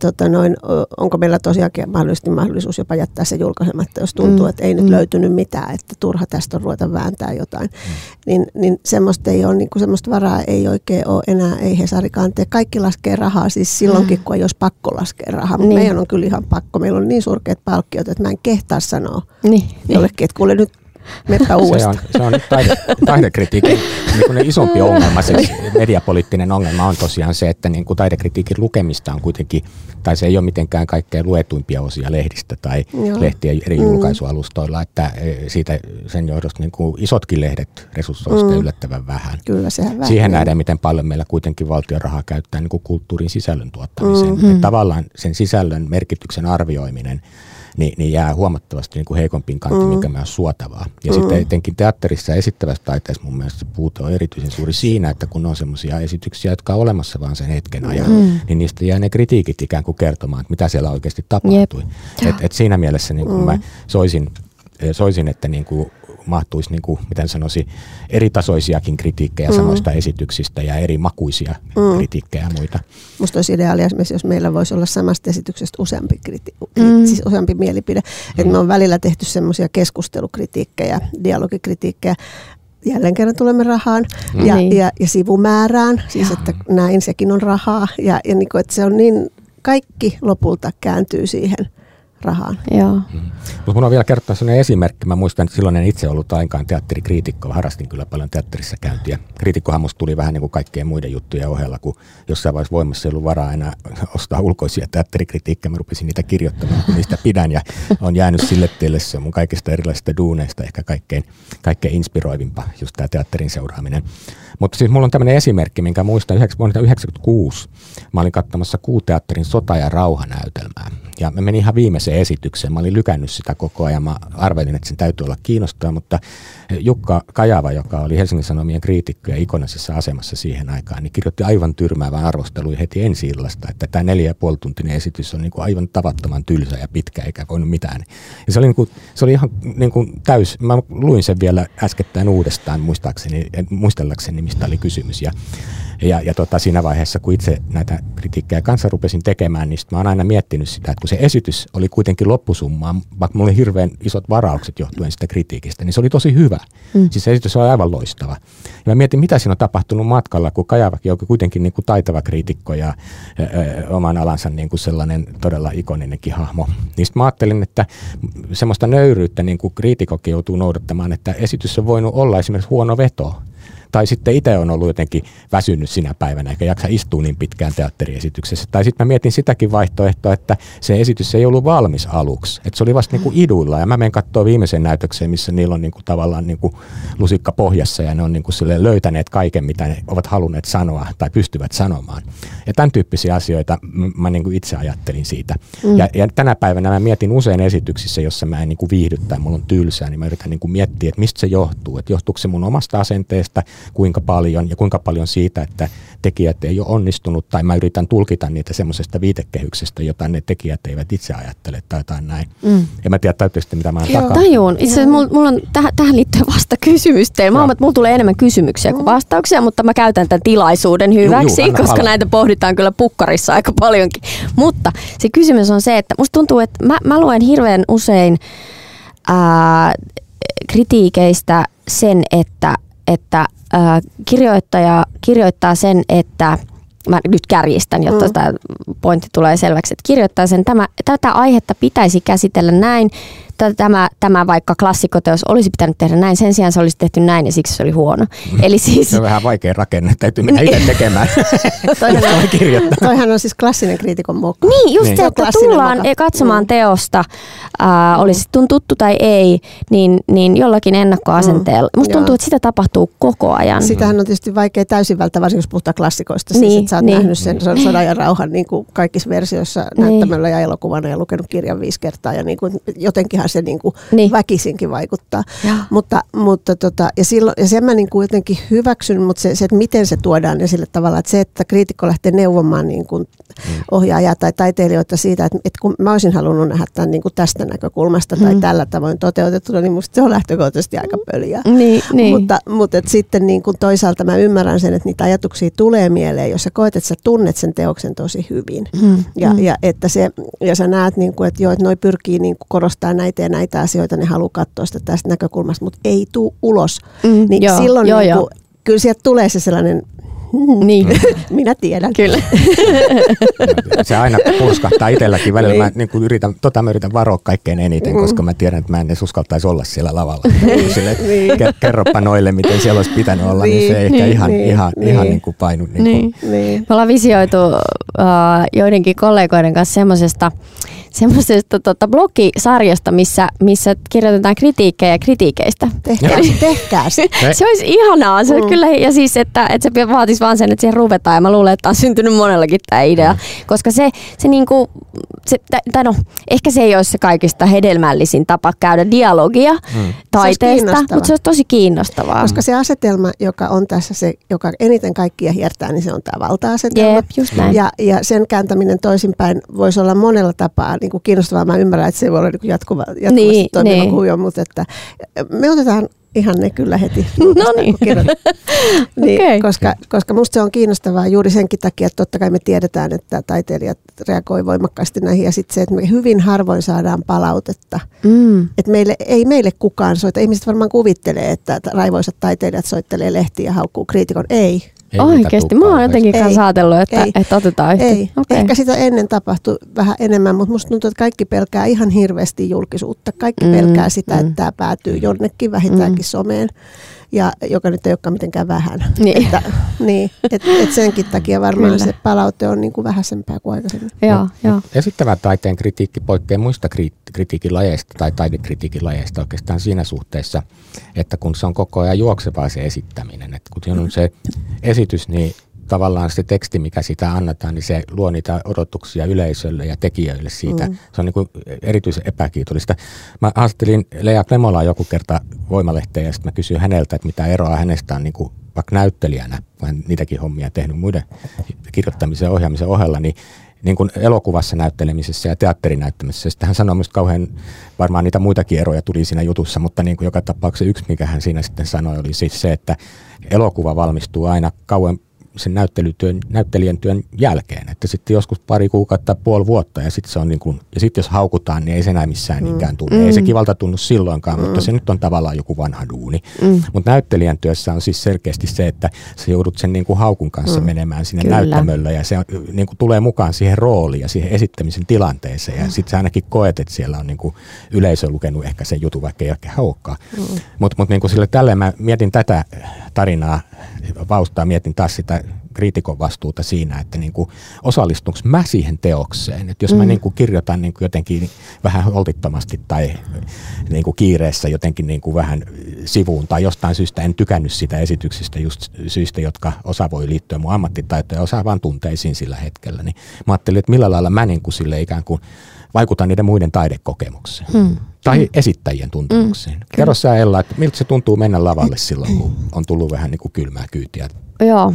onko meillä tosiaankin mahdollisuus jopa jättää se julkaisematta, jos tuntuu, että ei nyt löytynyt mitään, että turha tästä on ruveta vääntää jotain. Niin semmoista ei ole, niin kuin semmoista varaa ei oikein ole enää, ei Hesarikaan tee. Kaikki laskee rahaa siis silloinkin, kun ei olisi pakko laskea rahaa. Mutta meidän on kyllä ihan pakko. Meillä on niin surkeat palkkiot, että mä en kehtaa sanoa jollekin, että kuule nyt meppä uudestaan. Se on taidekritiikin niin isompi ongelma, siis mediapoliittinen ongelma on tosiaan se, että niin kuin taidekritiikin lukemista on kuitenkin, tai se ei ole mitenkään kaikkein luetuimpia osia lehdistä tai lehtien eri julkaisualustoilla, että siitä sen johdosta niin kuin isotkin lehdet resurssoista yllättävän vähän. Kyllä, sehän siihen nähdään, miten paljon meillä kuitenkin valtion rahaa käyttää niin kuin kulttuurin sisällön tuottamiseen. Tavallaan sen sisällön merkityksen arvioiminen niin jää huomattavasti niin kuin heikompiin kantiin, mikä myös suotavaa. Ja sitten etenkin teatterissa ja esittävässä taiteessa mun mielestä se puute on erityisen suuri siinä, että kun on semmoisia esityksiä, jotka on olemassa vaan sen hetken ajan, niin niistä jää ne kritiikit ikään kuin kertomaan, että mitä siellä oikeasti tapahtui. Et siinä mielessä niin kuin mä soisin, että niin kuin mahtuisi, niin kuin, miten sanoisin, eritasoisiakin kritiikkejä samoista esityksistä ja eri makuisia kritiikkejä ja muita. Musta olisi ideaalia esimerkiksi, jos meillä voisi olla samasta esityksestä siis useampi mielipide. Että me on välillä tehty semmoisia keskustelukritiikkejä, dialogikritiikkejä. Jälleen kerran tulemme rahaan ja sivumäärään, siis että näin sekin on rahaa. Ja niin kuin, että se on niin, kaikki lopulta kääntyy siihen rahaan. Joo. Mutta mun on vielä kertoa sellainen esimerkki. Mä muistan, että silloin en itse ollut lainkaan teatterikriitikko. Harrastin kyllä paljon teatterissa käyntiä. Kriitikkohan musta tuli vähän niin kuin kaikkien muiden juttujen ohella, kun jossain vaiheessa voimassa ei ollut varaa enää ostaa ulkoisia teatterikritiikkejä. Mä rupesin niitä kirjoittamaan, kun niistä pidän ja on jäänyt sille tielle. Se on mun kaikista erilaisista duuneista ehkä kaikkein inspiroivimpaa, just tämä teatterin seuraaminen. Mutta siis mulla on tämmöinen esimerkki, minkä muistan vuonna 1996. Mä olin katsomassa Kuuteatterin Sota- ja rauhanäytelmää. Ja mä menin ihan viimeiseen esitykseen. Mä olin lykännyt sitä koko ajan. Mä arvelin, että sen täytyy olla kiinnostava, mutta Jukka Kajava, joka oli Helsingin Sanomien kriitikko ja ikonisessa asemassa siihen aikaan, niin kirjoitti aivan tyrmäävän arvostelua heti ensi illasta, että tämä 4,5-tuntinen esitys on niin kuin aivan tavattoman tylsä ja pitkä, eikä voinut mitään. Ja se oli ihan niin kuin täys. Mä luin sen vielä äskettäin uudestaan muistellakseni, mistä oli kysymys. Ja siinä vaiheessa, kun itse näitä kritiikkejä kanssa rupesin tekemään, niin mä oon aina miettinyt sitä, että kun se esitys oli kuitenkin loppusummaa, vaikka mulla oli hirveän isot varaukset johtuen sitä kritiikistä, niin se oli tosi hyvä. Siis se esitys oli aivan loistava. Ja mä mietin, mitä siinä on tapahtunut matkalla, kun Kajavakin on kuitenkin niin kuin taitava kriitikko ja oman alansa niin kuin sellainen todella ikoninenkin hahmo. Niin mä ajattelin, että semmoista nöyryyttä niin kuin kriitikokin joutuu noudattamaan, että esitys on voinut olla esimerkiksi huono veto. Tai sitten itse on ollut jotenkin väsynyt sinä päivänä, eikä jaksa istua niin pitkään teatteriesityksessä. Tai sitten mä mietin sitäkin vaihtoehtoa, että se esitys ei ollut valmis aluksi. Että se oli vasta niinku iduilla. Ja mä menen katsoa viimeisen näytöksen, missä niillä on niinku tavallaan niinku lusikka pohjassa ja ne on niinku löytäneet kaiken, mitä ne ovat halunneet sanoa tai pystyvät sanomaan. Ja tämän tyyppisiä asioita mä niinku itse ajattelin siitä. Ja tänä päivänä mä mietin usein esityksissä, jossa mä en niinku viihdy tai mulla on tylsää, niin mä yritän niinku miettiä, että mistä se johtuu. Että johtuuko se mun omasta asenteesta, kuinka paljon siitä, että tekijät ei ole onnistunut, tai mä yritän tulkita niitä semmoisesta viitekehyksestä, jota ne tekijät eivät itse ajattele tai jotain näin. En mä tiedä, täytyy mitä mä oon takaa. Tajuun. Itse asiassa mulla on tähän liittyen vasta kysymys teille. Mulla tulee enemmän kysymyksiä kuin vastauksia, mutta mä käytän tämän tilaisuuden hyväksi, koska näitä pohditaan kyllä pukkarissa aika paljonkin. Mutta se kysymys on se, että musta tuntuu, että mä luen hirveän usein kritiikeistä sen, että kirjoittaja kirjoittaa sen, että mä nyt kärjistän, jotta tämä pointti tulee selväksi, että kirjoittaa sen, tätä aihetta pitäisi käsitellä näin, tämä vaikka klassikkoteos olisi pitänyt tehdä näin, sen sijaan se olisi tehty näin ja siksi se oli huono. Eli siis... Se on vähän vaikea rakenne, täytyy mennä itse tekemään. Toihan on siis klassinen kriitikon mukaan. Niin, just se, että tullaan katsomaan teosta, olisi sitten tuttu tai ei, niin jollakin ennakkoasenteella. Musta tuntuu, että sitä tapahtuu koko ajan. Sitähän on tietysti vaikea täysin välttää, varsinkin jos puhutaan klassikoista. Siis, että sä oot nähnyt sen Sodan ja rauhan niin kuin kaikissa versioissa näyttämöllä ja elokuvana ja lukenut kirjan 5 kertaa. Ja niin kuin, jotenkinhan se niin kuin väkisinkin vaikuttaa. Ja sen mä niin kuin jotenkin hyväksyn, mutta se, että miten se tuodaan ja sillä tavalla, että se, että kriitikko lähtee neuvomaan niin kuin ohjaajaa tai taiteilijoita siitä, että kun mä olisin halunnut nähdä tämän niin kuin tästä näkökulmasta tai tällä tavoin toteutettuna, niin musta se on lähtökohtaisesti aika pöliä. Mutta sitten niin kuin toisaalta mä ymmärrän sen, että niitä ajatuksia tulee mieleen, jos sä koet, että sä tunnet sen teoksen tosi hyvin. Ja sä näet, niin kuin, että noi pyrkii niin kuin korostaa näitä ja näitä asioita, ne haluaa katsoa sitä tästä näkökulmasta, mutta ei tule ulos. Niin silloin niin kuin, kyllä sieltä tulee se sellainen... Minä tiedän. Kyllä. Se aina purskahtaa itselläkin välillä. Mä yritän varoa kaikkein eniten, koska mä tiedän, että mä en edes uskaltaisi olla siellä lavalla. Kerropa noille, miten siellä olisi pitänyt olla, niin se ei ehkä ihan niin kuin painu. Me ollaan visioitu joidenkin kollegoiden kanssa semmoisesta blogisarjasta, missä kirjoitetaan kritiikkejä kritiikeistä. Tehkää se. Se olisi ihanaa. Se kyllä, ja siis, että se vaatisi vaan sen, että siihen ruvetaan. Ja mä luulen, että on syntynyt monellakin tämä idea. Koska se niinku, ehkä se ei olisi se kaikista hedelmällisin tapa käydä dialogia taiteesta, mutta se olisi tosi kiinnostavaa. Koska se asetelma, joka on tässä se, joka eniten kaikkia hiertää, niin se on tämä valta-asetelma. Just näin. Ja sen kääntäminen toisinpäin voisi olla monella tapaa niin kuin kiinnostavaa. Mä ymmärrän, että se voi olla niin jatkuvasti toimiva kuvio, mutta että me otetaan ihan ne kyllä heti. No niin. Okay. Koska musta se on kiinnostavaa juuri senkin takia, että totta kai me tiedetään, että taiteilijat reagoi voimakkaasti näihin. Ja sitten se, että me hyvin harvoin saadaan palautetta. Että ei meille kukaan soita. Ihmiset varmaan kuvittelee, että raivoisat taiteilijat soittelee lehtiä ja haukkuu kriitikon. Ei. Oikeasti. Mä oon jotenkin kanssa ajatellut, että otetaan yhtä. Ei. Okay. Ehkä sitä ennen tapahtui vähän enemmän, mutta musta tuntuu, että kaikki pelkää ihan hirveästi julkisuutta. Kaikki pelkää sitä, että tämä päätyy jonnekin vähintäänkin someen. Ja joka nyt ei olekaan mitenkään vähän. Että senkin takia varmaan se palaute on niin kuin vähäisempää kuin aikaisemmin. Joo. Esittävän taiteen kritiikki poikkeaa muista kritiikin lajeista tai taidekritiikin lajeista oikeastaan siinä suhteessa, että kun se on koko ajan juoksevaa se esittäminen. Että kun on se esitys, niin tavallaan se teksti, mikä sitä annetaan, niin se luo niitä odotuksia yleisölle ja tekijöille siitä. Se on niin kuin erityisen epäkiitollista. Mä haastattelin Lea Klemolaa joku kerta Voimalehteen ja sitten mä kysyin häneltä, että mitä eroa hänestä on niin kuin vaikka näyttelijänä, vaan niitäkin hommia tehnyt muiden kirjoittamisen ja ohjaamisen ohella, niin kuin elokuvassa näyttelemisessä ja teatterinäyttämisessä. Sitten hän sanoi myös kauhean, varmaan niitä muitakin eroja tuli siinä jutussa, mutta niin kuin joka tapauksessa yksi, mikä hän siinä sitten sanoi, oli siis se, että elokuva valmistuu aina kauan sen näyttelijän työn jälkeen, että sitten joskus pari kuukautta tai puoli vuotta ja sitten se on niin kuin, ja sitten jos haukutaan, niin ei se enää missään niinkään tunne. Ei se kivalta tunnu silloinkaan, mutta se nyt on tavallaan joku vanha duuni. Mutta näyttelijän työssä on siis selkeästi se, että sä joudut sen niin kuin haukun kanssa menemään sinne näyttämölle ja se niin kuin tulee mukaan siihen rooliin ja siihen esittämisen tilanteeseen ja sitten sä ainakin koet, että siellä on niin kuin yleisö lukenut ehkä sen jutun, vaikka ei ehkä haukkaa. Mutta niin kuin sille tälleen mä mietin tätä tarinaa Vaustaa, mietin taas sitä kriitikon vastuuta siinä, että niin kuin osallistunko mä siihen teokseen. Että jos mä niin kuin kirjoitan niin kuin jotenkin vähän holtittomasti tai niin kuin kiireessä jotenkin niin kuin vähän sivuun tai jostain syystä en tykännyt sitä esityksestä just syistä, jotka osa voi liittyä mun ammattitaitoon ja osa vaan tunteisiin sillä hetkellä. Niin mä ajattelin, että millä lailla mä niin kuin sille ikään kuin vaikutan niiden muiden taidekokemukseen. Tai esittäjien tuntemukseen. Kerro sä, Ella, että miltä se tuntuu mennä lavalle silloin, kun on tullut vähän niin kuin kylmää kyytiä? Joo,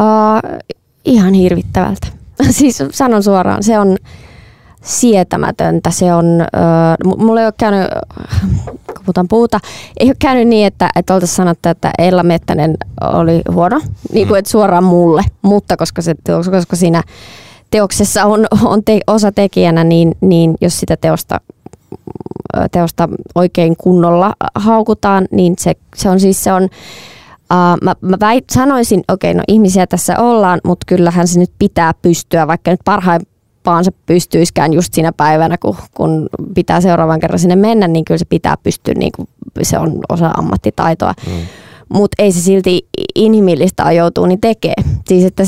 ihan hirvittävältä. Siis sanon suoraan, se on sietämätöntä. Se on, mulla ei ole käynyt, kun puhutaan puuta, ei ole käynyt niin, että oltaisiin sanottu, että Ella Mettänen oli huono, niin kuin että suoraan mulle, mutta koska siinä teoksessa on osatekijänä, niin jos sitä teosta oikein kunnolla haukutaan, niin se on siis sanoisin, okei, no ihmisiä tässä ollaan, mutta kyllähän se nyt pitää pystyä, vaikka nyt kroppaansa pystyiskään just siinä päivänä, kun pitää seuraavan kerran sinne mennä, niin kyllä se pitää pystyä, niin kuin se on osa ammattitaitoa. Mutta ei se silti inhimillistä ajoutuu, niin tekee. Siis että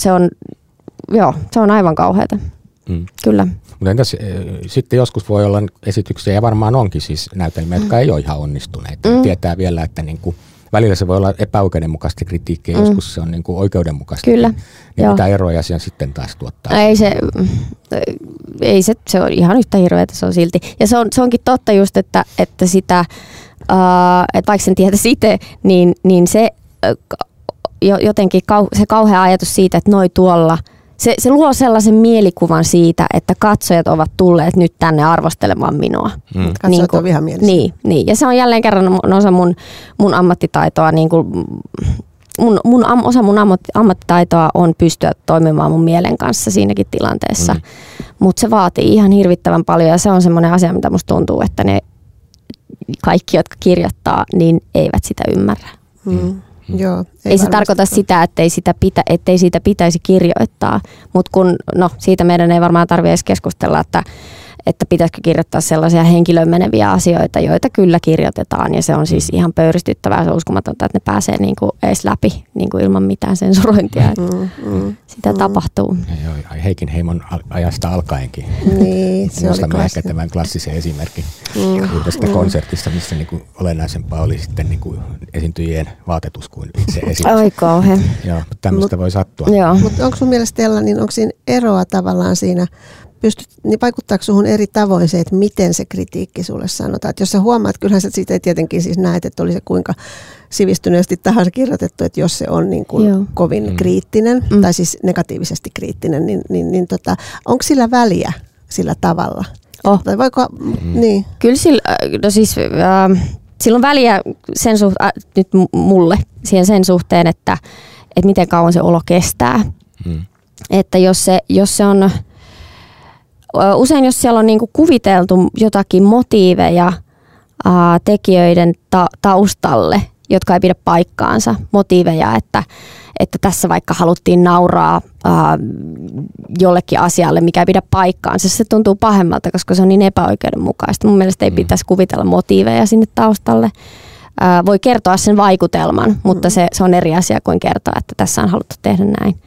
se on aivan kauheata. Kyllä. Mutta entäs sitten joskus voi olla esityksiä, ja varmaan onkin siis näytelmiä, jotka ei ole ihan onnistuneita. Tietää vielä, että niinku, välillä se voi olla epäoikeudenmukaista kritiikkiä, joskus se on niinku oikeudenmukaista. Kyllä. Niin mitä eroja siihen sitten taas tuottaa? Se on ihan yhtä hirveätä, se on silti. Ja se onkin totta just, että sitä, että vaikka sen tietäisi itse, niin se jotenkin se kauhea ajatus siitä, että noi tuolla, se luo sellaisen mielikuvan siitä, että katsojat ovat tulleet nyt tänne arvostelemaan minua. Katsojat on vihamielisiä. Niin. Ja se on jälleen kerran osa mun ammattitaitoa. Niin kuin osa mun ammattitaitoa on pystyä toimimaan mun mielen kanssa siinäkin tilanteessa. Mutta se vaatii ihan hirvittävän paljon ja se on semmoinen asia, mitä musta tuntuu, että ne kaikki, jotka kirjoittaa, niin eivät sitä ymmärrä. Joo, ei se tarkoita sitä, ettei siitä pitäisi kirjoittaa, mutta siitä meidän ei varmaan tarvitse edes keskustella, että pitäisikö kirjoittaa sellaisia henkilöön meneviä asioita, joita kyllä kirjoitetaan ja se on siis ihan pöyristyttävää, se on uskomatonta, että ne pääsee niinku edes läpi niinku ilman mitään sensurointia. Sitä tapahtuu. Heikin Heimon ajasta alkaenkin. Niin, se muistamme ehkä tämän klassisen esimerkin yhdestä konsertista, missä niinku olennaisempaa oli sitten niinku esiintyjien vaatetus kuin itse esitys. Ai kauhean. Joo, tämmöistä voi sattua. Mutta onko sun mielestä Ella, niin onko siinä eroa tavallaan siinä, niin vaikuttaako suhun eri tavoin se, että miten se kritiikki sulle sanotaan? Että jos sä huomaat, kyllähän sä siitä tietenkin siis näet, että oli se kuinka sivistyneesti tahansa kirjoitettu, että jos se on niin kuin kovin kriittinen tai siis negatiivisesti kriittinen, niin onko sillä väliä sillä tavalla? Tai voiko, niin? Kyllä sillä on väliä nyt mulle sen suhteen, että miten kauan se olo kestää. Että jos se on usein jos siellä on niinku kuviteltu jotakin motiiveja tekijöiden taustalle, jotka ei pidä paikkaansa, motiiveja, että tässä vaikka haluttiin nauraa jollekin asialle, mikä ei pidä paikkaansa, se tuntuu pahemmalta, koska se on niin epäoikeudenmukaista. Mun mielestä ei pitäisi kuvitella motiiveja sinne taustalle. Voi kertoa sen vaikutelman, mutta se on eri asia kuin kertoa, että tässä on haluttu tehdä näin.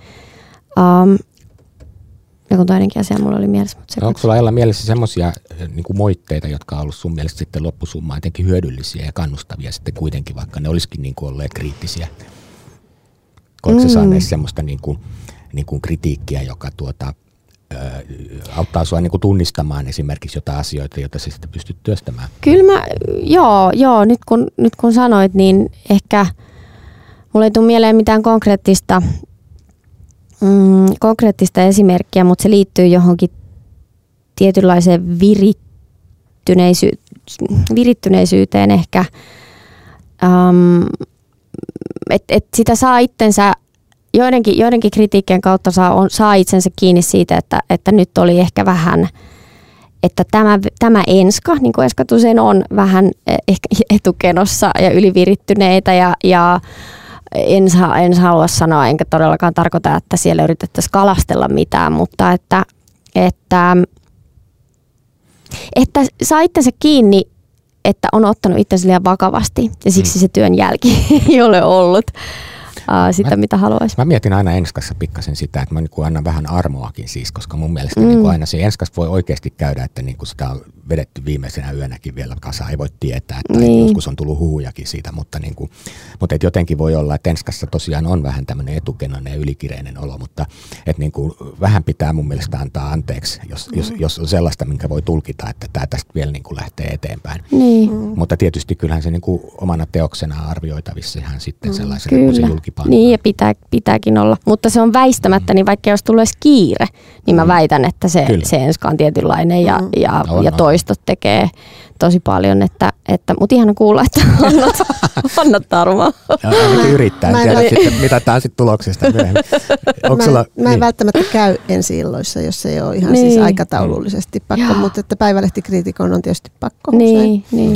Joku toinenkin asia mulla oli mielessä. Onko sulla Ella mielessä semmoisia niin moitteita, jotka on ollut sun mielestä sitten loppusummaan jotenkin hyödyllisiä ja kannustavia sitten kuitenkin, vaikka ne olisikin niin kuin olleet kriittisiä? Oletko sä saaneet semmoista niin kuin kritiikkiä, joka auttaa sua niin kuin tunnistamaan esimerkiksi jotain asioita, joita sä sitten pystyt työstämään? Kyllä nyt kun sanoit, niin ehkä mulla ei tule mieleen mitään konkreettista esimerkkiä, mutta se liittyy johonkin tietynlaiseen virittyneisyyteen ehkä. Sitä saa itsensä, joidenkin kritiikkien kautta saa itsensä kiinni siitä, että nyt oli ehkä vähän, että tämä enska, niin kuin enskat usein on, vähän ehkä etukenossa ja ylivirittyneitä ja en halua sanoa, enkä todellakaan tarkoita, että siellä yritettäisiin kalastella mitään, mutta että saa itsensä kiinni, että on ottanut itsensä liian vakavasti ja siksi se työn jälki ei ole ollut sitä, mitä haluaisi. Mä mietin aina enskassa pikkasen sitä, että mä niin annan vähän armoakin siis, koska mun mielestä niin aina se enskas voi oikeasti käydä, että niin sitä on vedetty viimeisenä yönäkin vielä kasaan, ei voi tietää, että joskus on tullut huhujakin siitä, mutta et jotenkin voi olla, että enskassa tosiaan on vähän tämmöinen etukenoinen ja ylikireinen olo, mutta että niin kuin vähän pitää mun mielestä antaa anteeksi, jos on sellaista, minkä voi tulkita, että tämä tästä vielä niin kuin lähtee eteenpäin. Mutta tietysti kyllähän se niin kuin omana teoksena arvioitavissa ihan sitten sellaisena, kun se julkipaino. Niin ja pitääkin olla, mutta se on väistämättä, niin vaikka jos tulee kiire, niin mä väitän, että se enska on tietynlainen ja toistot tekee tosi paljon, mutta ihana kuulla, että annat armoa. Ainakin yrittää, sitten mitä tämä sitten tuloksesta myöhemmin. Mä en välttämättä käy ensi-illoissa, jos ei ole ihan siis aikataulullisesti pakko, mutta että päivälehtikriitikon on tietysti pakko. Niin.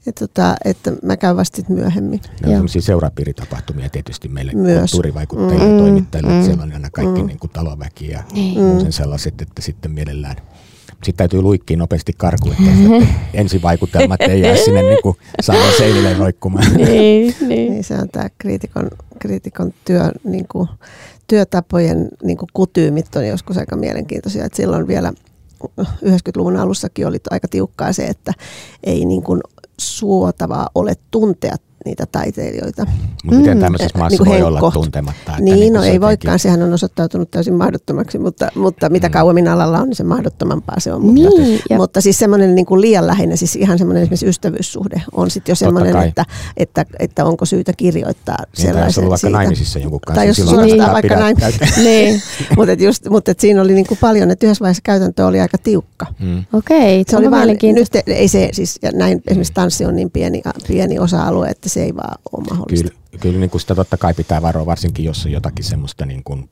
että mä käyn vasta sit myöhemmin. Ne on sellaisia seurapiiritapahtumia tietysti meille kulttuurivaikuttajille ja toimittajille, että siellä on aina kaikki niin kuin taloväki ja sen sellaiset, että sitten mielellään. Sitten täytyy luikkia nopeasti karkuun, että ensivaikutelmat ei jää sinne niin kuin salon seinille roikkumaan. Niin, se on tämä kriitikon työ, niin kuin, työtapojen niin kuin kutyymit on joskus aika mielenkiintoisia. Että silloin vielä 90-luvun alussakin oli aika tiukkaa se, että ei niin kuin suotavaa ole tuntea niitä taiteilijoita. Mutta miten tämmöisessä maassa niin voi olla tuntematta? Niin, no ei voikaan, sehän on osoittautunut täysin mahdottomaksi, mutta mitä kauemmin alalla on, niin se mahdottomampaa se on. Mutta siis semmoinen niin kuin liian läheinen, siis ihan semmoinen esimerkiksi ystävyyssuhde on sitten jo semmoinen, että onko syytä kirjoittaa sellaisen. Jos on vaikka naimisissa jonkun kanssa. Tai jos suorastaan vaikka naimisissa. Niin, mutta siinä oli niin kuin paljon, että yhdessä vaiheessa käytäntö oli aika tiukka. Okei, se oli mielenkiintoista. Nyt ei se siis, ja näin esimerkiksi tanssi on niin pieni osa-alue, että se ei vaan ole mahdollista. Kyllä niin kuin sitä totta kai pitää varoa, varsinkin jos on jotakin semmoista, niin kuin,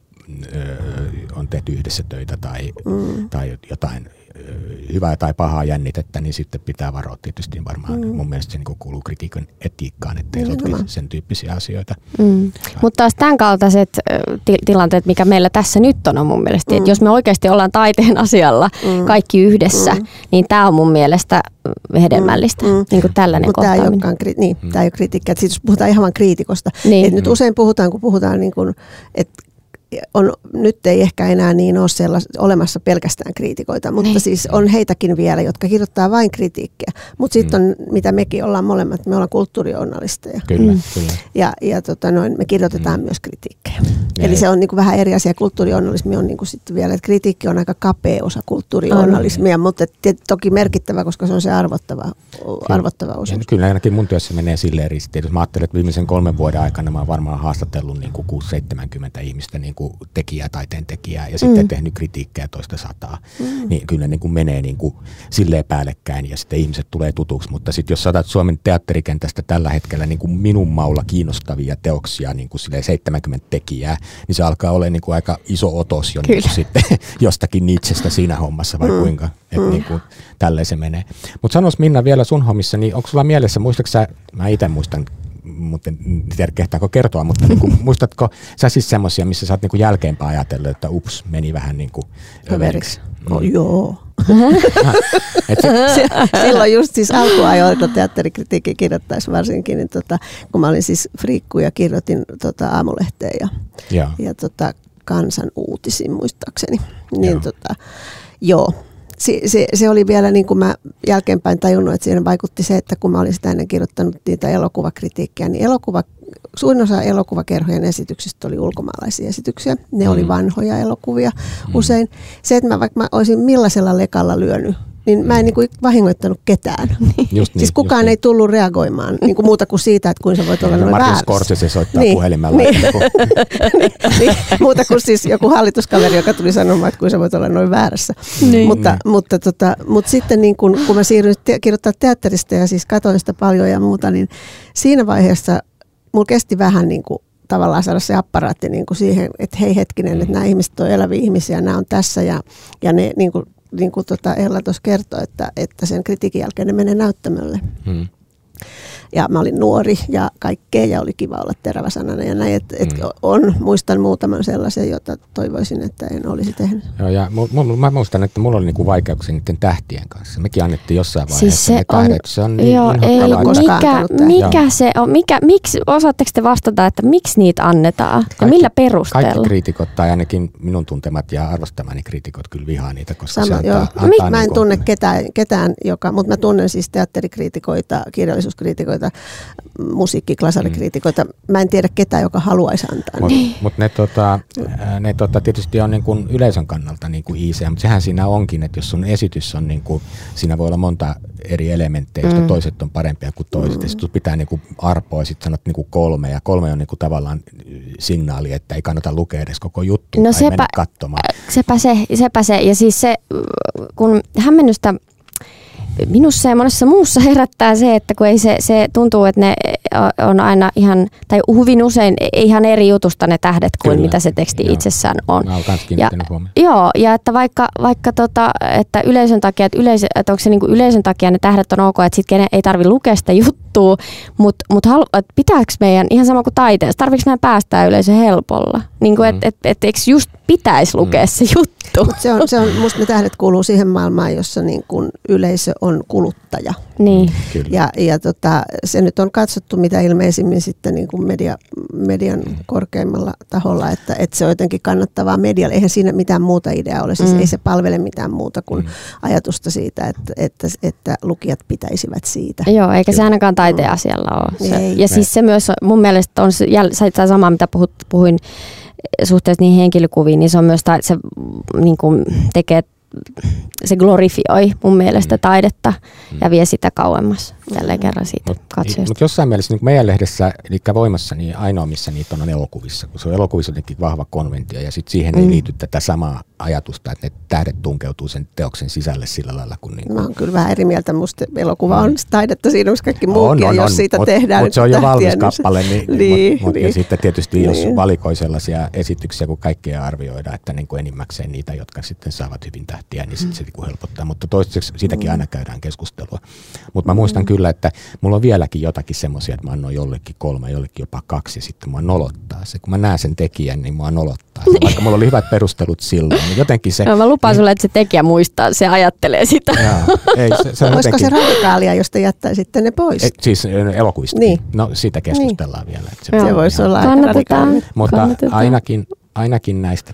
on tehty yhdessä töitä tai jotain hyvää tai pahaa jännitettä, niin sitten pitää varoa tietysti varmaan. Mun mielestä se niin kuin kuuluu kritiikan etiikkaan, ettei sotki sen tyyppisiä asioita. Mutta taas tämän kaltaiset tilanteet, mikä meillä tässä nyt on mun mielestä, että jos me oikeasti ollaan taiteen asialla kaikki yhdessä, niin tämä on mun mielestä hedelmällistä, niin kuin tällainen kohtaaminen. Mutta tämä ei ole kritiikkiä. Siis jos puhutaan ihan vain kriitikosta. Niin. Nyt usein puhutaan, kun puhutaan, niin kuin, että nyt ei ehkä enää niin ole olemassa pelkästään kriitikoita, mutta siis on heitäkin vielä, jotka kirjoittaa vain kritiikkiä. Mutta sitten on, mitä mekin ollaan molemmat, me ollaan kulttuurijournalisteja. Kyllä. Ja me kirjoitetaan myös kritiikkejä. Eli se on niinku vähän eri asia. Kulttuurijournalismi on niinku sitten vielä, että kritiikki on aika kapea osa kulttuurijournalismia, mutta toki merkittävä, koska se on se arvottava osa. Kyllä ainakin mun työssä menee silleen ristiin. Jos mä ajattelen, että viimeisen 3 vuoden aikana mä oon varmaan haastatellut niinku 6-70 ihmistä niinku taiteen tekijää ja sitten tehnyt kritiikkejä toista 100, niin kyllä ne niin kuin menee niin kuin silleen päällekkäin ja sitten ihmiset tulee tutuksi. Mutta sitten jos saatat Suomen teatterikentästä tällä hetkellä niin kuin minun maulla kiinnostavia teoksia niin kuin 70 tekijää, niin se alkaa olla niin kuin aika iso otos jo niin kuin sitten jostakin Nietzschestä siinä hommassa vai kuinka. Että niin kuin tälleen se menee. Mutta sanois Minna vielä sun hommissa, niin onko sulla mielessä, muistatko sä, mä itse muistan, mutta en tiedä kehtaako kertoa, mutta niin kuin, muistatko sä siis semmoisia, missä sä oot niin kuin jälkeenpäin ajatellut, että ups, meni vähän niin kuin överiksi? Joo. Silloin just siis alkuajoilta teatterikritiikki kirjoittaisi varsinkin, niin kun mä olin siis friikku ja kirjoitin Aamulehteen ja Kansan uutisiin muistaakseni, niin joo. Se oli vielä niin kuin mä jälkeenpäin tajunnut, että siinä vaikutti se, että kun mä olin sitä ennen kirjoittanut niitä elokuvakritiikkiä, niin suurin osa elokuvakerhojen esityksistä oli ulkomaalaisia esityksiä. Ne oli vanhoja elokuvia usein. Se, että vaikka mä olisin millaisella lekalla lyönyt, niin mä en niin kuin vahingoittanut ketään. Siis kukaan ei tullut reagoimaan niin kuin muuta kuin siitä, että kuinka sä voit olla noin väärässä. Martin Scorsese soittaa puhelimella. Muuta kuin siis joku hallituskaveri, joka tuli sanomaan, että kuinka sä voit olla noin väärässä. Mutta sitten niin kun mä siirryin kirjoittaa teatterista ja siis katsoin sitä paljon ja muuta, niin siinä vaiheessa mulla kesti vähän niin kuin tavallaan saada se apparaatti niin kuin siihen, että hei hetkinen, että nämä ihmiset on eläviä ihmisiä, nämä on tässä ja ne niin kuin Ella tuossa kertoi, että sen kritiikin jälkeen ne menee näyttämölle. Ja mä olin nuori ja kaikkea ja oli kiva olla teräväsanainen ja näin. Muistan muutaman sellaisen, jota toivoisin, että en olisi tehnyt. Joo, ja mä muistan, että mulla oli niinku vaikeuksia niiden tähtien kanssa. Mekin annettiin jossain vaiheessa siis ne tähdet. Se on niin mikä se on? Miksi, osaatteko te vastata, että miksi niitä annetaan? Ja millä perusteella? Kaikki kriitikot tai ainakin minun tuntemat ja arvostamani kriitikot kyllä vihaa niitä, koska se antaa mä en tunne ketään mutta mä tunnen siis teatterikriitikoita, kirjallisuuskriitikoita, musiikkiklasarikriitikoita. Mä en tiedä ketään, joka haluaisi antaa. Mutta ne tietysti on niin kuin yleisön kannalta niin kuin easy, mutta sehän siinä onkin, että jos sun esitys on, niin kuin, siinä voi olla monta eri elementtejä, joista toiset on parempia kuin toiset. Ja sitten pitää niin kuin arpoa ja sitten sanot niin kuin 3, ja 3 on niin kuin tavallaan signaali, että ei kannata lukea edes koko juttu tai mennä katsomaan. Sepä se. Ja siis se, kun hämmennystä minussa ja monessa muussa herättää se, että kun ei se tuntuu, että ne on aina ihan, tai hyvin usein ihan eri jutusta ne tähdet kuin Kyllä. mitä se teksti itsessään on. Mä oon kans kiinnittänyt huomioon. Joo, ja että vaikka että yleisön takia, että onko se niinku yleisön takia ne tähdet on ok, että sitten ei tarvitse lukea sitä juttua, mutta pitääkö meidän, ihan sama kuin taiteessa, tarvitseeko meidän päästää yleisön helpolla? Niin kuin, että eikö just pitäisi lukea se juttu? Se on, musta ne tähdet kuuluu siihen maailmaan, jossa niin kun yleisö on kuluttaja. Niin. Ja se nyt on katsottu mitä ilmeisimmin sitten niin kuin median korkeimmalla taholla, että se on jotenkin kannattavaa medialle. Eihän siinä mitään muuta ideaa ole. Siis ei se palvele mitään muuta kuin ajatusta siitä, että lukijat pitäisivät siitä. Joo, eikä se ainakaan taiteen asialla ole. Ja siis se myös mun mielestä on se sama, mitä puhuin suhteessa niihin henkilökuviin, niin se on myös, se niin kuin tekee, se glorifioi mun mielestä taidetta ja vie sitä kauemmas jälleen kerran siitä katsojasta. Mutta jossain mielessä niin meidän lehdessä, eli Voimassa, niin ainoa missä niitä on elokuvissa, kun se on elokuvissa jotenkin vahva konventio ja sitten siihen ei liity tätä samaa ajatusta, että ne tähdet tunkeutuu sen teoksen sisälle sillä lailla kuin... Mä oon kyllä vähän eri mieltä, musta elokuva on taidetta siinä, koska kaikki muukin, ja jos siitä tehdään... Mutta se on jo valmis kappale, ja sitten tietysti jos valikoi sellaisia esityksiä, kun kaikkea arvioidaan, että niin kuin enimmäkseen niitä, jotka sitten saavat hyvin tähtiä, niin sitten se helpottaa, mutta toistaiseksi siitäkin aina käydään keskustelua. Mutta mä muistan kyllä, että mulla on vieläkin jotakin semmoisia, että mä annoin jollekin 3, jollekin jopa 2, ja sitten mua nolottaa se. Kun mä näen sen tekijän, niin mua nolottaa se. Vaikka mulla oli hyvät perustelut silloin, niin jotenkin se... No, mä lupaan sulle, että se tekijä muistaa, se ajattelee sitä. Se on olisiko se radikaalia, jos te jättäisitte ne pois? Siis elokuvista. Niin. No siitä keskustellaan vielä. Että se voisi olla aika radikaalia. Mutta ainakin näistä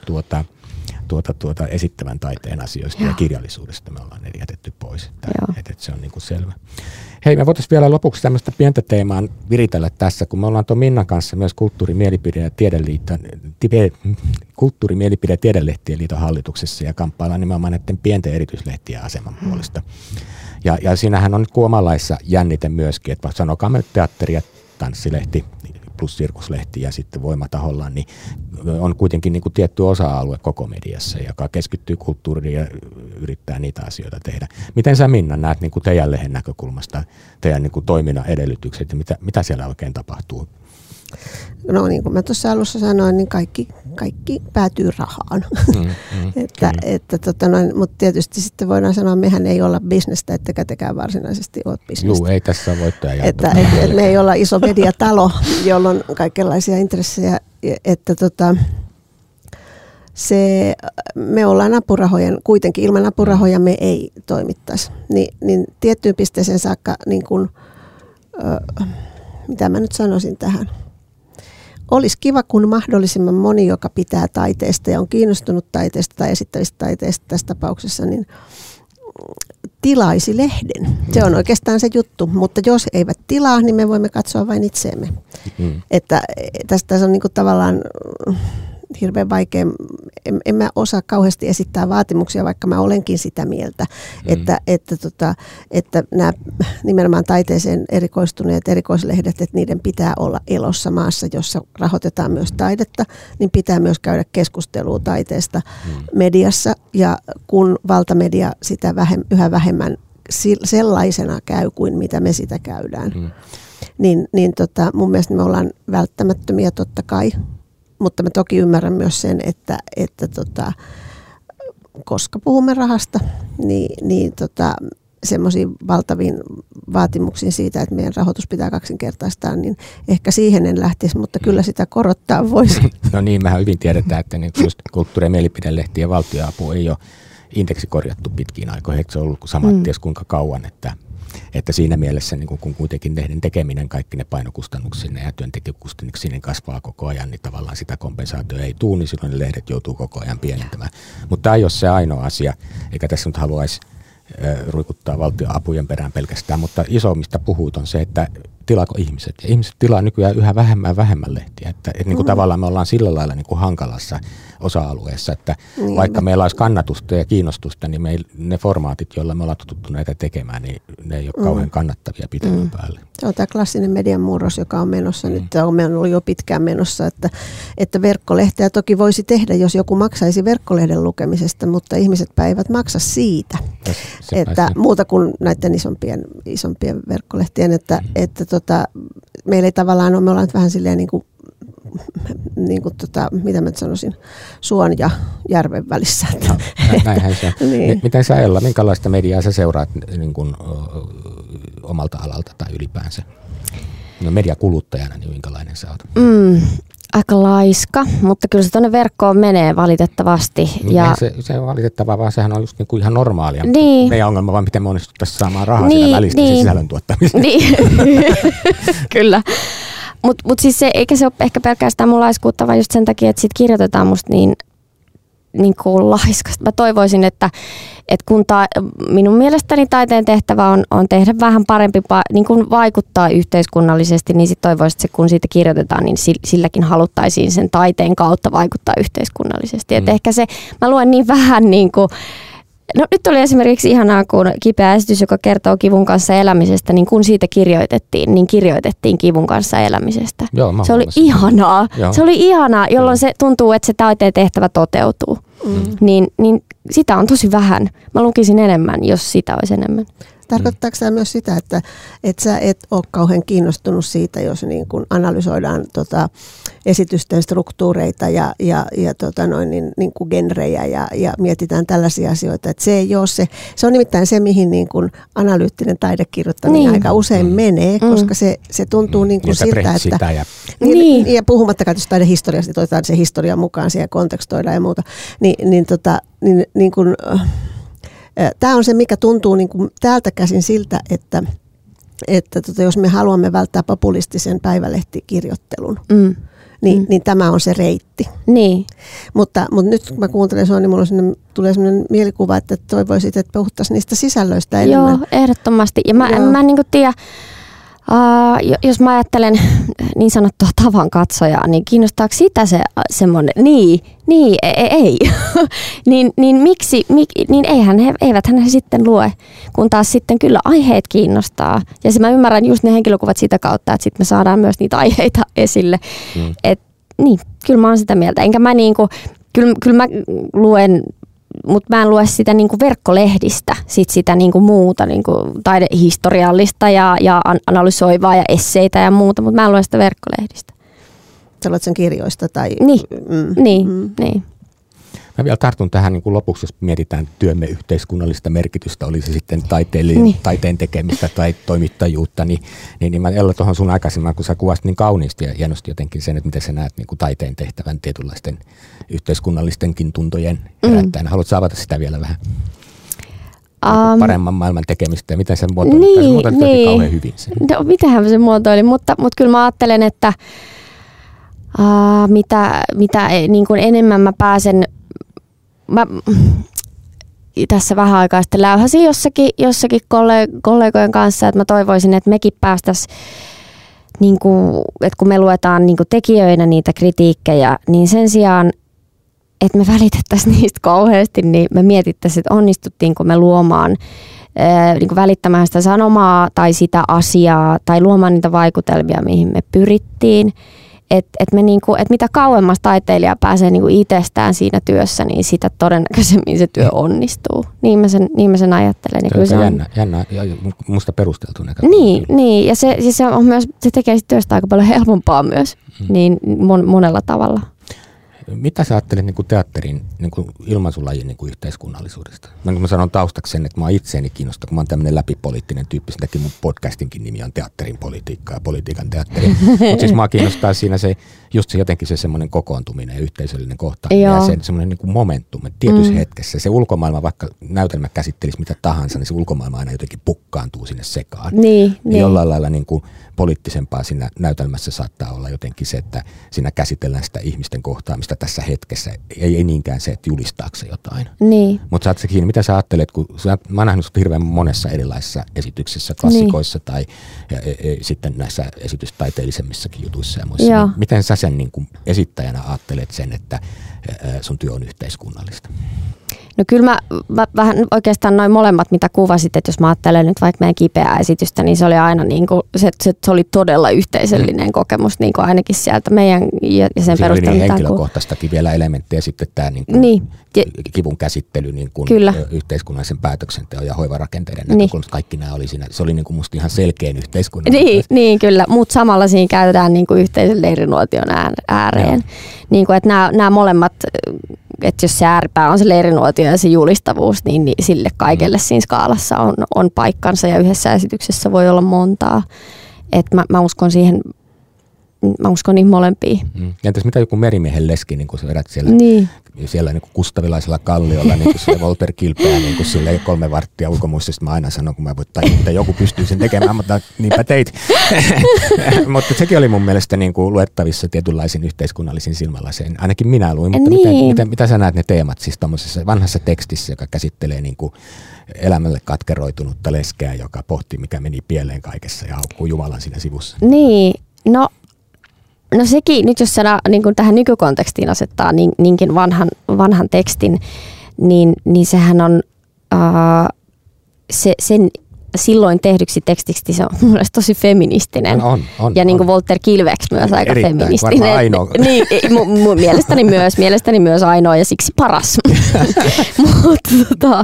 esittävän taiteen asioista ja kirjallisuudesta me ollaan jätetty pois. Että se on niin kuin selvä. Hei, me voitaisiin vielä lopuksi tämmöistä pientä teemaa viritellä tässä, kun me ollaan tuon Minnan kanssa myös Kulttuurimielipide- ja Tiedelehtien liiton hallituksessa ja kamppaillaan nimenomaan näiden pienten erityislehtien aseman puolesta. Ja siinähän on nyt omanlaissa jännite myöskin, että sanokaamme nyt teatteri- ja tanssilehti plus sirkuslehti ja sitten Voimatahollaan, niin on kuitenkin niin kuin tietty osa-alue koko mediassa, joka keskittyy kulttuuriin ja yrittää niitä asioita tehdä. Miten sä, Minna, näet niin kuin teidän lehen näkökulmasta teidän niin kuin toiminnan edellytykset ja mitä siellä oikein tapahtuu? No niin kuin mä tuossa alussa sanoin, niin kaikki päätyy rahaan. Mutta tietysti sitten voidaan sanoa, että mehän ei olla bisnestä, ettekä tekään varsinaisesti ole bisnestä. Joo, ei tässä ole voittaja. Että me ei olla iso mediatalo, jolla on kaikenlaisia intressejä. Me ollaan apurahojen, kuitenkin ilman apurahoja me ei toimittaisi. Niin tiettyyn pisteeseen saakka, niin kun, mitä mä nyt sanoisin tähän. Olisi kiva, kun mahdollisimman moni, joka pitää taiteesta ja on kiinnostunut taiteesta tai esittävistä taiteesta tässä tapauksessa, niin tilaisi lehden. Se on oikeastaan se juttu, mutta jos eivät tilaa, niin me voimme katsoa vain itseemme. Että tästä on niinku tavallaan hirveän vaikea, en mä osaa kauheasti esittää vaatimuksia, vaikka mä olenkin sitä mieltä, että nämä nimenomaan taiteeseen erikoistuneet erikoislehdet, että niiden pitää olla elossa maassa, jossa rahoitetaan myös taidetta, niin pitää myös käydä keskustelua taiteesta mediassa, ja kun valtamedia sitä yhä vähemmän sellaisena käy kuin mitä me sitä käydään, niin mun mielestä me ollaan välttämättömiä totta kai. Mutta mä toki ymmärrän myös sen, että koska puhumme rahasta, niin semmoisiin valtaviin vaatimuksiin siitä, että meidän rahoitus pitää kaksinkertaistaa, niin ehkä siihen en lähtisi, mutta kyllä sitä korottaa voisi. No niin, mehän hyvin tiedetään, että niin just kulttuuri- ja mielipidelehtien valtionapu ei ole indeksikorjattu pitkiin aikoihin, eikö se ollut samat ties kuinka kauan, että siinä mielessä, niin kun kuitenkin lehden tekeminen, kaikki ne painokustannuksineen ja työntekijäkustannuksineen kasvaa koko ajan, niin tavallaan sitä kompensaatiota ei tule, niin silloin ne lehdet joutuu koko ajan pienentämään. Mutta tämä ei ole se ainoa asia, eikä tässä nyt haluaisi ruikuttaa valtion apujen perään pelkästään, mutta iso, mistä puhut, on se, että tilaako ihmiset. Ja ihmiset tilaa nykyään yhä vähemmän lehtiä. Että niin kuin tavallaan me ollaan sillä lailla niin kuin hankalassa osa-alueessa, että vaikka meillä olisi kannatusta ja kiinnostusta, niin ne formaatit, joilla me ollaan totuttu näitä tekemään, niin ne ei ole kauhean kannattavia pitemmän päälle. Se on tämä klassinen median murros, joka on menossa nyt, on ollut jo pitkään menossa, että verkkolehteä toki voisi tehdä, jos joku maksaisi verkkolehden lukemisesta, mutta ihmiset eivät maksa siitä, että muuta kuin näiden isompien verkkolehtien, että meillä ei tavallaan ole, me ollaan nyt vähän silleen mitä mä sanoisin, suon ja järven välissä. No, näinhän se on. Niin. Miten sä, Ella, minkälaista mediaa sä seuraat niin kuin, omalta alalta tai ylipäänsä? No, mediakuluttajana, niin minkälainen sä oot? Aika laiska, mutta kyllä se tuonne verkkoon menee valitettavasti. Ja se on valitettavaa, vaan sehän on just niin kuin ihan normaalia. Niin. Meidän ongelma vaan, miten me onnistuttaisiin saamaan rahaa siinä välistä sen sisällön tuottamiseen. Niin. Kyllä. Mutta siis eikä se ole ehkä pelkästään mun laiskuutta, vaan just sen takia, että siitä kirjoitetaan musta niin kuin laiskasta. Mä toivoisin, että kun minun mielestäni taiteen tehtävä on tehdä vähän parempi, niin kuin vaikuttaa yhteiskunnallisesti, niin sit toivoisin, että kun siitä kirjoitetaan, niin silläkin haluttaisiin sen taiteen kautta vaikuttaa yhteiskunnallisesti. Et ehkä mä luen niin vähän niin kuin, no nyt oli esimerkiksi ihanaa, kun kipeä esitys, joka kertoo kivun kanssa elämisestä, niin kun siitä kirjoitettiin, niin kirjoitettiin kivun kanssa elämisestä. Joo, se oli ihanaa. Joo. Se oli ihanaa, jolloin se tuntuu, että se taiteen tehtävä toteutuu. Niin sitä on tosi vähän. Mä lukisin enemmän, jos sitä olisi enemmän. Tarkoittaako tämä myös sitä, että sä et ole kauhean kiinnostunut siitä, jos niin kun analysoidaan esitysten struktuureita ja niin kuin genrejä ja mietitään tällaisia asioita, että se ei ole se on nimittäin se, mihin niin kuin analyyttinen taidekirjoittaminen aika usein menee, koska se tuntuu niin kuin siltä, että ja puhumattakaan tietysti taidehistoriasta, otetaan se historia mukaan siellä kontekstoidaan ja muuta, niin kuin tämä on se, mikä tuntuu niin kuin täältä käsin siltä, että jos me haluamme välttää populistisen päivälehtikirjoittelun, niin tämä on se reitti. Niin. Mutta nyt kun mä kuuntelen sua, niin mulla tulee sellainen mielikuva, että toivoisit, että puhuttaisiin niistä sisällöistä enemmän. Joo, ehdottomasti. Ja mä en niin kuin tiedä, jos mä ajattelen niin sanottua tavan katsojaa, niin kiinnostaako sitä semmoinen, ei. niin miksi, niin eiväthän he sitten lue, kun taas sitten kyllä aiheet kiinnostaa. Ja mä ymmärrän just ne henkilökuvat sitä kautta, että sitten me saadaan myös niitä aiheita esille. Niin, kyllä mä oon sitä mieltä. Enkä mä kyllä mä luen, mutta mä en lue sitä niinku verkkolehdistä, sitä niinku muuta niinku taidehistoriallista ja analysoivaa ja esseitä ja muuta, mutta mä en lue sitä verkkolehdistä. Sä luet sen kirjoista tai... Niin. Mä vielä tartun tähän niin kuin lopuksi, jos mietitään työmme yhteiskunnallista merkitystä, oli se sitten taiteen tekemistä tai toimittajuutta, niin mä Ella tuohon sun aikaisemmin, kun sä kuvasit niin kauniisti ja hienosti jotenkin sen, että miten sä näet niin kuin taiteen tehtävän tietynlaisten yhteiskunnallistenkin tuntojen herättäjänä. Haluatko avata sitä vielä vähän? Paremman maailman tekemistä ja miten sen muotoilit? Se muotoilit kauhean hyvin sen. No, mitähän se muotoili, mutta kyllä mä ajattelen, että mitä niin kuin enemmän mä pääsen, mä tässä vähän aikaa sitten läyhäsin jossakin kollegojen kanssa, että mä toivoisin, että mekin päästäisiin, niin kuin, että kun me luetaan niin kuin tekijöinä niitä kritiikkejä, niin sen sijaan, että me välitettäisiin niistä kauheasti, niin me mietittäisiin, että onnistuttiinko me luomaan, niin kuin välittämään sitä sanomaa tai sitä asiaa tai luomaan niitä vaikutelmia, mihin me pyrittiin. Että mitä kauemmas taiteilija pääsee niinku itsestään siinä työssä, niin sitä todennäköisemmin se työ onnistuu. Niin mä sen ajattelen. Se on jännä ja musta perusteltu näkökulma. Niin, ja se on myös, se tekee työstä aika paljon helpompaa myös niin monella tavalla. Mitä sä ajattelet niin kuin teatterin niin kuin ilmaisulajin niin kuin yhteiskunnallisuudesta? Mä sanon taustaksi sen, että mä itseäni kiinnostaa, kun mä oon tämmöinen läpipoliittinen tyyppi. Sen takia mun podcastinkin nimi on Teatterin politiikka ja politiikan teatteri. Mutta siis mua kiinnostaa siinä just jotenkin se semmoinen kokoontuminen ja yhteisöllinen kohtaaminen ja se semmoinen niin kuin momentum. Että tietyssä hetkessä se ulkomaailma, vaikka näytelmä käsittelisi mitä tahansa, niin se ulkomaailma aina jotenkin pukkaantuu sinne sekaan. Niin. Jollain lailla niin kuin poliittisempaa siinä näytelmässä saattaa olla jotenkin se, että siinä käsitellään sitä ihmisten kohtaamista tässä hetkessä. Ei niinkään se, että julistaako se jotain. Niin. Mutta saat sä kiinni, mitä sä ajattelet, kun mä oon nähnyt sut hirveän monessa erilaisissa esityksissä, klassikoissa tai sitten näissä esitystaiteellisemmissakin jutuissa ja muissa. Niin miten sä sen niin kuin esittäjänä ajattelet sen, että sun työ on yhteiskunnallista? No kyllä mä vähän oikeastaan noin molemmat, mitä kuvasit, että jos mä ajattelen nyt vaikka meidän kipeää esitystä, niin se oli aina niin kuin, se oli todella yhteisöllinen kokemus niin kuin ainakin sieltä meidän ja sen perusteella. Siinä oli niin henkilökohtaistakin vielä elementtejä sitten tämä kivun käsittely niin kuin yhteiskunnallisen päätöksenteon ja hoivarakenteiden näkökulmasta. Kaikki nämä oli siinä. Se oli niin kuin musta ihan selkeän yhteiskunnallinen. Niin kyllä, mutta samalla siinä käytetään niin kuin yhteisen leirinuotion ääreen. Niin kuin, että nämä molemmat, että jos se ääripää on se leirinuotio ja se julistavuus, niin sille kaikelle siinä skaalassa on paikkansa ja yhdessä esityksessä voi olla montaa. Että mä uskon siihen, mä uskon niihin molempiin. Entäs mitä joku merimiehen leski, niin kun sä vedät siellä niin kuin kustavilaisella kalliolla, niin kuin se Walter Kilpeä, niin kuin sille 3 varttia ulkomuistista mä aina sanon, kun mä voin, että joku pystyy sen tekemään, mutta niinpä teit. Mutta sekin oli mun mielestä niin kuin luettavissa tietynlaisin yhteiskunnallisin silmälaseen. Ainakin minä luin, mutta mitä sä näet ne teemat siis tommosessa vanhassa tekstissä, joka käsittelee niin kuin elämälle katkeroitunutta leskeä, joka pohtii, mikä meni pieleen kaikessa ja haukkuu Jumalan siinä sivussa. Niin, No sekin, nyt jos sana niin kuin tähän nykykontekstiin asettaa niinkin vanhan tekstin, niin sehän on sen silloin tehdyksi tekstiksi, se on mun mielestä tosi feministinen. Ja niin kuin Walter Kilveks myös aika feministinen. Varmaan ainoa. Niin, mielestäni myös ainoa ja siksi paras. Mutta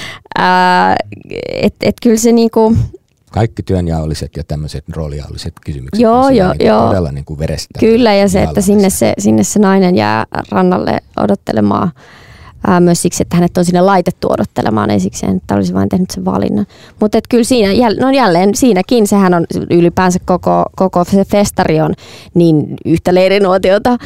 kyllä se niinku kaikki työnjaolliset ja tämmöiset roolijaolliset kysymykset todella niin kuin verestä. Kyllä, ja se, että sinne se nainen jää rannalle odottelemaan myös siksi, että hänet on sinne laitettu odottelemaan, ei siksi, että olisi vain tehnyt sen valinnan. Mutta kyllä siinä, jälleen siinäkin, sehän on ylipäänsä koko se festari on niin yhtä leirinuotiota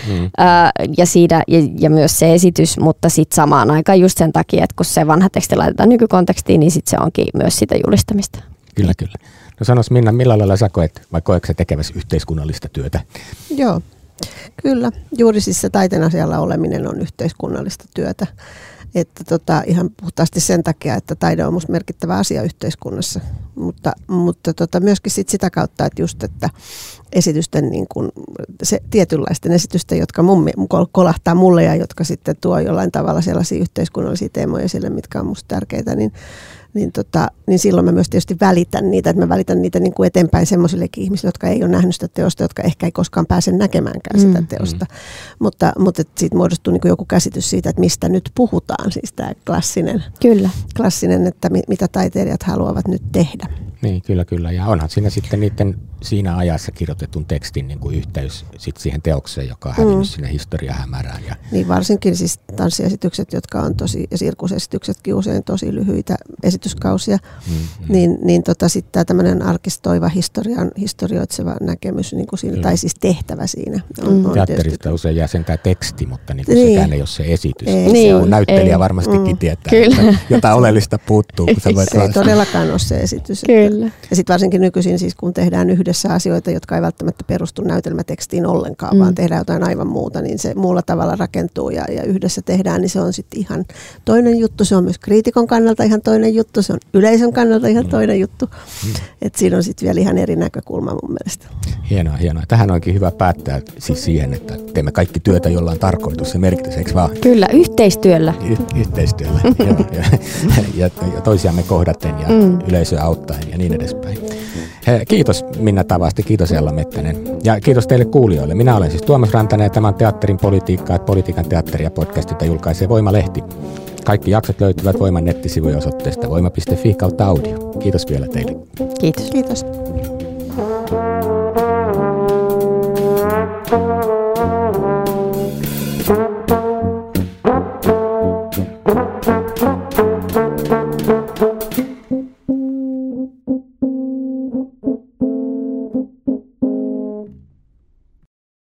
ja myös se esitys, mutta sitten samaan aikaan just sen takia, että kun se vanha teksti laitetaan nykykontekstiin, niin sitten se onkin myös sitä julistamista. Kyllä. No sanois Minna, millä lailla sä koet, vai koetko sä tekevässä yhteiskunnallista työtä? Joo, kyllä. Juuri siis se taiteen asialla oleminen on yhteiskunnallista työtä. Että ihan puhtaasti sen takia, että taide on musta merkittävä asia yhteiskunnassa. Mutta myöskin sitä kautta, että just, että esitysten niin kuin, se tietynlaisten esitysten, jotka kolahtaa mulle ja jotka sitten tuo jollain tavalla sellaisia yhteiskunnallisia teemoja sille, mitkä on musta tärkeitä, niin silloin mä myös tietysti välitän niitä, että mä välitän niitä niin kuin eteenpäin semmoisillekin ihmisille, jotka ei ole nähnyt sitä teosta, jotka ehkä ei koskaan pääse näkemäänkään sitä teosta. Mutta siitä muodostuu niin kuin joku käsitys siitä, että mistä nyt puhutaan, siis tämä klassinen, että mitä taiteilijat haluavat nyt tehdä. Niin, kyllä. Ja onhan siinä sitten niiden siinä ajassa kirjoitetun tekstin niin kuin yhteys sit siihen teokseen, joka on hävinnyt sinne historiahämärään. Niin varsinkin siis tanssiesitykset, jotka on ja sirkusesityksetkin usein tosi lyhyitä esityskausia, niin sitten tämä tämmöinen arkistoiva historioitseva näkemys, niin kuin siinä, tai siis tehtävä siinä. On teatterista usein jää sen tämä teksti, mutta niin sekään ei ole se esitys. Näyttelijä varmastikin tietää, että jotain oleellista puuttuu. Se ei todellakaan ole se esitys. Kyllä. Ja sitten varsinkin nykyisin siis, kun tehdään yhdessä asioita, jotka ei välttämättä perustu näytelmätekstiin ollenkaan, vaan tehdään jotain aivan muuta, niin se muulla tavalla rakentuu ja yhdessä tehdään, niin se on sitten ihan toinen juttu. Se on myös kriitikon kannalta ihan toinen juttu, se on yleisön kannalta ihan toinen juttu. Että siinä on sitten vielä ihan eri näkökulma mun mielestä. Hienoa. Tähän onkin hyvä päättää siis siihen, että teemme kaikki työtä, jolla on tarkoitus ja merkitys, eikö vaan? Kyllä, yhteistyöllä. Yhteistyöllä, ja toisiamme kohdaten ja yleisöä auttaen ja niin edespäin. Kiitos Minna Tavasti, kiitos Ella Mettänen ja kiitos teille kuulijoille. Minä olen siis Tuomas Rantanen ja tämä on Teatterin politiikkaa, Politiikan teatteria podcast, jota julkaisee Voima-lehti. Kaikki jaksot löytyvät Voiman nettisivujen osoitteesta voima.fi/audio. Kiitos vielä teille. Kiitos. Kiitos.